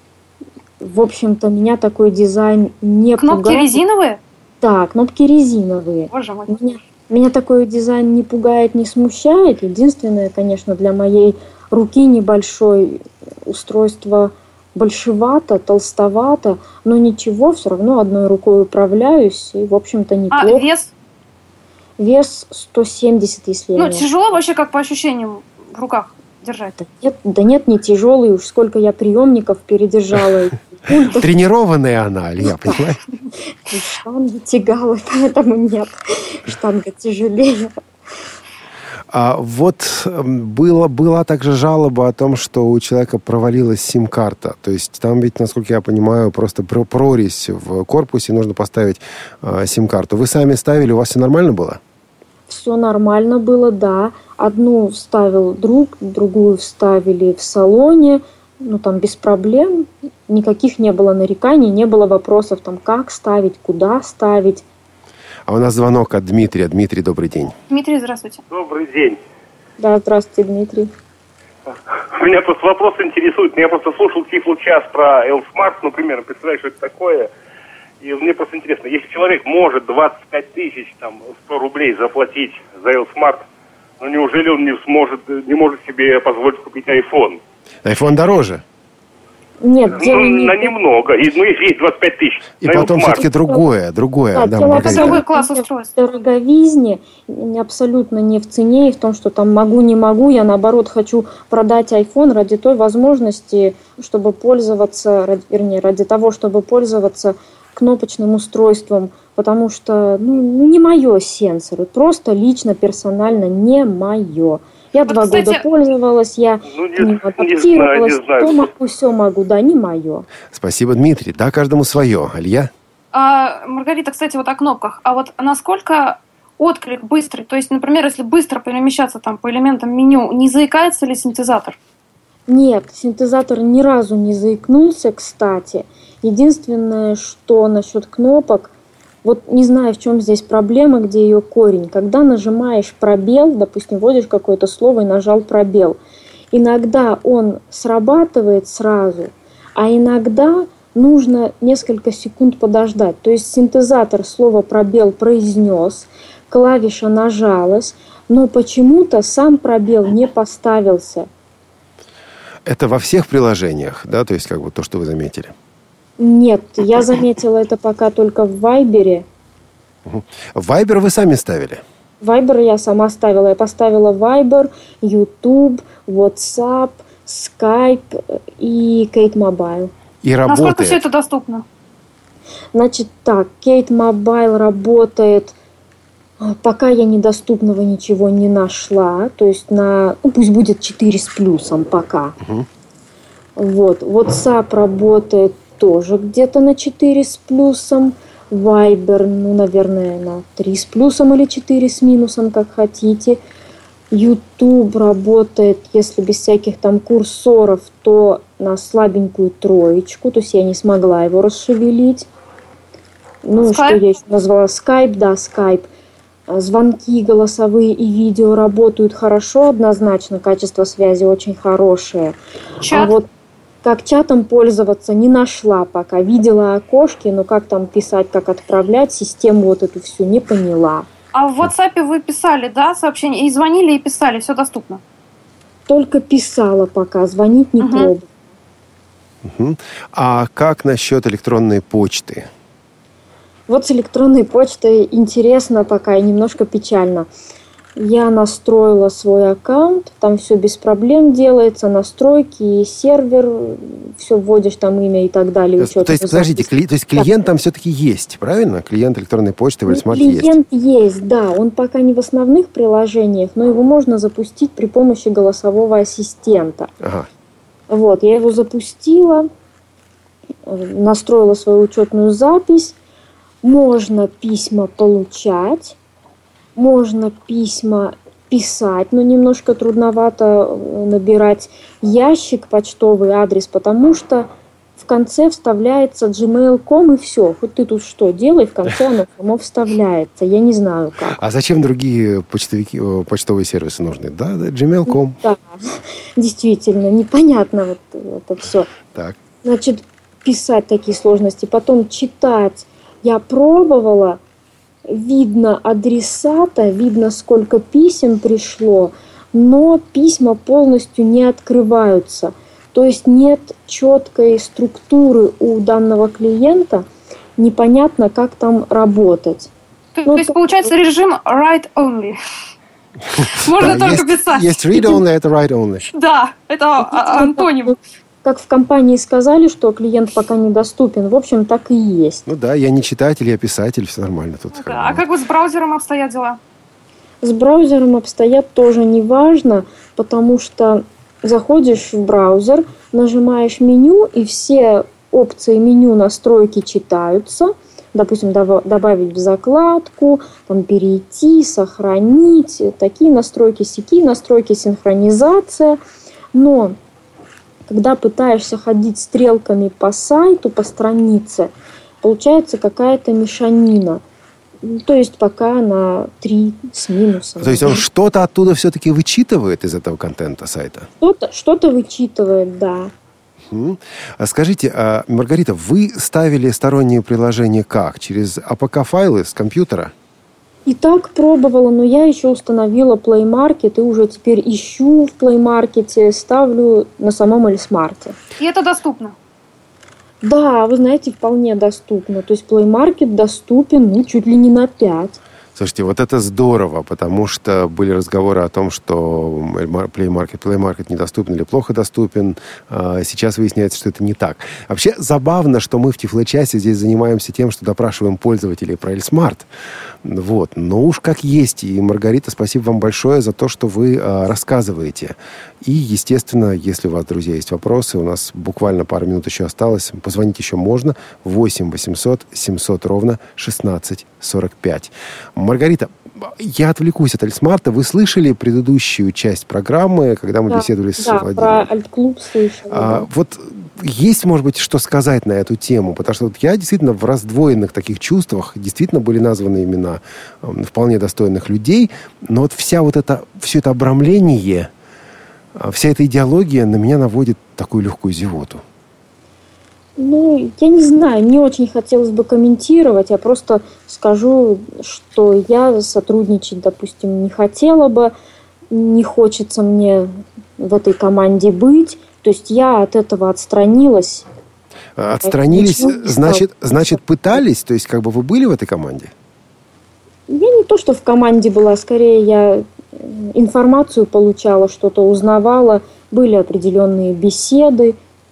K: В общем-то, меня такой дизайн не
C: пугает. Кнопки резиновые?
K: Да, кнопки резиновые.
C: Боже мой.
K: Меня, меня такой дизайн не пугает, не смущает. Единственное, конечно, для моей руки небольшой устройство большевато, толстовато, но ничего, все равно одной рукой управляюсь, и, в общем-то, неплохо.
C: А вес?
K: Вес сто семьдесят, если я
C: Ну,
K: не...
C: тяжело вообще, как по ощущениям, в руках держать?
K: Да нет, да нет, не тяжелый, уж сколько я приемников передержала.
B: Тренированная она, Илья, понимаешь?
K: Штанги тягала, поэтому нет, штанга тяжелее.
B: А вот было, была также жалоба о том, что у человека провалилась сим-карта. То есть там ведь, насколько я понимаю, просто прорезь в корпусе, нужно поставить э, сим-карту. Вы сами ставили, у вас все нормально было?
K: Все нормально было, да. Одну вставил друг, другую вставили в салоне. Ну, там без проблем. никаких не было нареканий, не было вопросов, там, как ставить, куда ставить.
B: А у нас звонок от Дмитрия. Дмитрий, добрый день.
C: Дмитрий, здравствуйте.
L: Добрый день.
K: Да, здравствуйте, Дмитрий.
L: Меня просто вопрос интересует. Я просто слушал Тифло-час про Элсмарт, например, представляю, что это такое. И мне просто интересно, если человек может двадцать пять тысяч, там, сто рублей заплатить за Элсмарт, ну неужели он не сможет, не может себе позволить купить iPhone?
B: iPhone дороже.
K: Нет,
L: ну,
K: дело не...
L: на немного. И, ну, если есть двадцать пять тысяч.
B: И потом все-таки другое, другое.
K: Да,
B: да,
K: дело
C: другой класс устройств.
K: В дороговизне, абсолютно не в цене и в том, что там могу, не могу. Я, наоборот, хочу продать iPhone ради той возможности, чтобы пользоваться, вернее, ради того, чтобы пользоваться кнопочным устройством, потому что, ну, не мое сенсоры, просто лично, персонально не мое. Я вот, два кстати, года пользовалась, я
L: ну, не,
K: к ним адаптировалась, не знаю, не знаю. То могу, все могу, да, не мое.
B: Спасибо, Дмитрий. Да, каждому свое. Илья?
C: А, Маргарита, кстати, вот о кнопках. А вот насколько отклик быстрый? То есть, например, если быстро перемещаться там по элементам меню, не заикается ли синтезатор?
K: Нет, синтезатор ни разу не заикнулся, кстати. Единственное, что насчет кнопок, вот не знаю, в чем здесь проблема, где ее корень. Когда нажимаешь пробел, допустим, вводишь какое-то слово и нажал пробел, иногда он срабатывает сразу, а иногда нужно несколько секунд подождать. То есть синтезатор слово пробел произнес, клавиша нажалась, но почему-то сам пробел не поставился.
B: Это во всех приложениях, да, то есть как бы то, что вы заметили?
K: Нет, я заметила это пока только в Вайбере.
B: Вайбер вы сами ставили?
K: Вайбер я сама ставила. Я поставила Вайбер, YouTube, WhatsApp, Skype и Кейт Мобайл.
B: И работает?
C: Насколько все это доступно?
K: Значит так, Кейт Мобайл работает, пока я недоступного ничего не нашла. То есть на, ну, пусть будет четыре с плюсом пока. Угу. Вот, WhatsApp работает тоже где-то на четыре с плюсом. Viber, ну, наверное, на три с плюсом или четыре с минусом, как хотите. YouTube работает, если без всяких там курсоров, то на слабенькую троечку. То есть я не смогла его расшевелить. Ну, Skype? Что я еще назвала? Skype, да, Skype. Звонки голосовые и видео работают хорошо, однозначно. Качество связи очень хорошее.
C: Чат?
K: А вот как чатом пользоваться не нашла пока. Видела окошки, но как там писать, как отправлять, систему вот эту всю не поняла.
C: А в WhatsApp вы писали, да, сообщения? И звонили, и писали, все доступно?
K: Только писала пока, звонить не угу. пробовала.
B: Угу. А как насчет электронной почты?
K: Вот с электронной почтой интересно пока и немножко печально. Я настроила свой аккаунт, там все без проблем делается, настройки, сервер, все вводишь там имя и так далее.
B: То, то есть, подождите, кли, то есть клиент там все-таки есть, правильно? Клиент электронной почты в Эльсмарте есть?
K: Клиент есть, да. Он пока не в основных приложениях, но его можно запустить при помощи голосового ассистента.
B: Ага.
K: Вот, я его запустила, настроила свою учетную запись. Можно письма получать. Можно письма писать, но немножко трудновато набирать ящик, почтовый адрес, потому что в конце вставляется джи мейл точка ком и все. Хоть ты тут что делай, в конце оно само вставляется. Я не знаю как.
B: А зачем другие почтовики, почтовые сервисы нужны? Да, да, джи мейл точка ком.
K: Да, действительно, непонятно вот это все.
B: Так.
K: Значит, писать такие сложности, потом читать. Я пробовала. Видно адресата, видно, сколько писем пришло, но письма полностью не открываются. То есть нет четкой структуры у данного клиента, непонятно, как там работать.
C: То, ну, то есть, получается, режим write-only. Можно только писать.
B: Есть read-only, это write-only.
C: Да, это антоним.
K: Как в компании сказали, что клиент пока недоступен, в общем, так и есть.
B: Ну да, я не читатель, я писатель, все нормально тут.
C: Ну, да. А как вот с браузером обстоят дела?
K: С браузером обстоят тоже неважно, потому что заходишь в браузер, нажимаешь меню, и все опции меню настройки читаются. Допустим, добавить в закладку, там, перейти, сохранить, такие настройки, сякие настройки, синхронизация. Но когда пытаешься ходить стрелками по сайту, по странице, получается какая-то мешанина. То есть пока на три с минусом.
B: То есть он что-то оттуда все-таки вычитывает из этого контента сайта?
K: Что-то, что-то вычитывает, да.
B: А скажите, а, Маргарита, вы ставили сторонние приложения как? Через эй пи кей-файлы с компьютера?
K: И так пробовала, но я еще установила Play Market и уже теперь ищу в Play Market, ставлю на самом Эльсмарте.
C: И это доступно?
K: Да, вы знаете, вполне доступно. То есть Play Market доступен, ну, чуть ли не на пять.
B: Слушайте, вот это здорово, потому что были разговоры о том, что Play Market, Play Market недоступен или плохо доступен. Сейчас выясняется, что это не так. Вообще забавно, что мы в Тифлочасе здесь занимаемся тем, что допрашиваем пользователей про Эльсмарт. Вот. Но уж как есть. И, Маргарита, спасибо вам большое за то, что вы рассказываете. И, естественно, если у вас, друзья, есть вопросы, у нас буквально пару минут еще осталось, позвонить еще можно. восемь восемьсот семьсот ровно шестнадцать сорок пять. Маргарита, я отвлекусь от Эльсмарта. Вы слышали предыдущую часть программы, когда мы
K: да,
B: беседовали с
K: да,
B: Владимиром?
K: Да, про Альт-клуб слышала.
B: А,
K: да.
B: Вот есть, может быть, что сказать на эту тему? Потому что вот я действительно в раздвоенных таких чувствах, действительно были названы имена вполне достойных людей, но вот вся вот это, все это обрамление, вся эта идеология на меня наводит такую легкую зевоту.
K: Ну, я не знаю, не очень хотелось бы комментировать, я просто скажу, что я сотрудничать, допустим, не хотела бы, не хочется мне в этой команде быть, то есть я от этого отстранилась.
B: Отстранились, значит, значит, пытались, то есть как бы вы были в этой команде?
K: Я не то, что в команде была, скорее я информацию получала, что-то узнавала, были определенные беседы.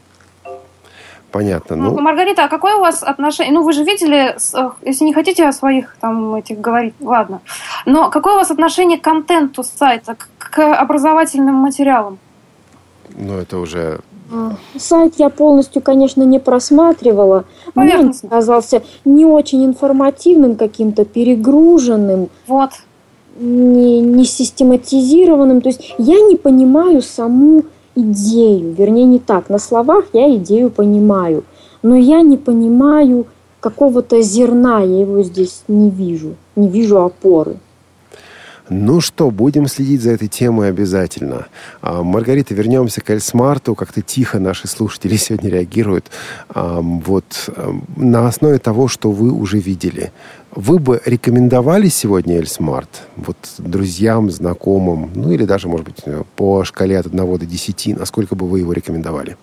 B: Понятно.
C: Ну,
B: ну...
C: Маргарита, а какое у вас отношение? Ну, вы же видели, если не хотите о своих там этих говорить, ладно. Но какое у вас отношение к контенту сайта, к образовательным материалам?
B: Ну, это уже...
K: Сайт я полностью, конечно, не просматривала. Мне он казался не очень информативным, каким-то перегруженным.
C: Вот.
K: Не, не систематизированным. То есть я не понимаю саму идею. Вернее, не так. На словах я идею понимаю. Но я не понимаю какого-то зерна. Я его здесь не вижу. Не вижу опоры.
B: Ну что, будем следить за этой темой обязательно. А, Маргарита, вернемся к Эльсмарту. Как-то тихо наши слушатели сегодня реагируют. А, вот а, на основе того, что вы уже видели, вы бы рекомендовали сегодня Эльсмарт вот друзьям, знакомым, ну или даже, может быть, по шкале от одного до десяти, насколько бы вы его рекомендовали?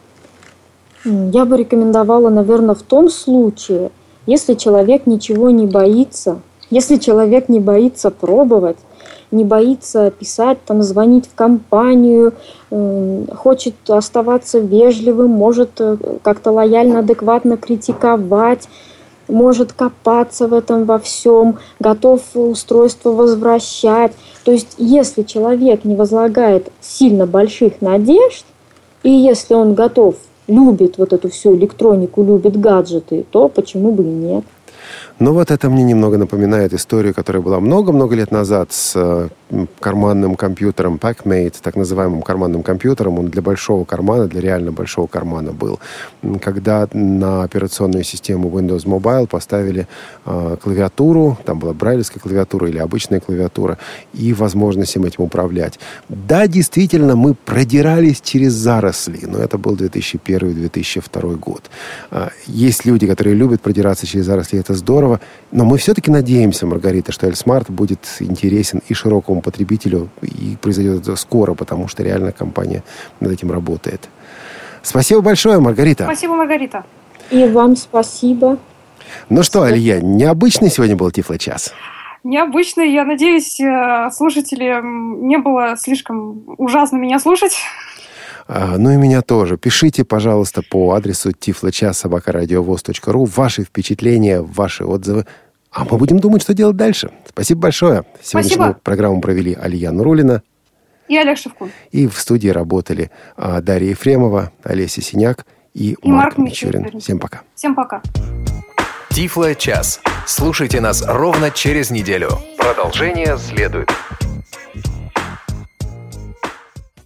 K: Я бы рекомендовала, наверное, в том случае, если человек ничего не боится. Если человек не боится пробовать, не боится писать, там, звонить в компанию, э, хочет оставаться вежливым, может как-то лояльно, адекватно критиковать, может копаться в этом во всем, готов устройство возвращать. То есть, если человек не возлагает сильно больших надежд, и если он готов, любит вот эту всю электронику, любит гаджеты, то почему бы и нет?
B: Ну вот это мне немного напоминает историю, которая была много-много лет назад с э, карманным компьютером Packmate, так называемым карманным компьютером. Он для большого кармана, для реально большого кармана был. Когда на операционную систему Windows Mobile поставили э, клавиатуру, там была брайлевская клавиатура или обычная клавиатура, и возможность им этим управлять. Да, действительно, мы продирались через заросли, но это был две тысячи первый - две тысячи второй год. Э, есть люди, которые любят продираться через заросли, это здорово. Но мы все-таки надеемся, Маргарита, что Эльсмарт будет интересен и широкому потребителю, и произойдет это скоро, потому что реально компания над этим работает. Спасибо большое, Маргарита.
C: Спасибо, Маргарита.
K: И вам спасибо.
B: Ну что, Алия, необычный сегодня был Тифлочас?
C: Необычный. Я надеюсь, слушателям не было слишком ужасно меня слушать.
B: Ну и меня тоже. Пишите, пожалуйста, по адресу тифлочас собака радиовоз точка ру ваши впечатления, ваши отзывы. А мы будем думать, что делать дальше. Спасибо большое. Сегодняшнюю
C: Спасибо.
B: Программу провели Алия Нуруллина
C: И Олег Шевкун.
B: И в студии работали Дарья Ефремова, Олеся Синяк и,
C: и
B: Марк,
C: Марк
B: Мичурин.
C: Мичурин.
B: Всем пока.
C: Всем пока.
E: Тифло час. Слушайте нас ровно через неделю. Продолжение следует.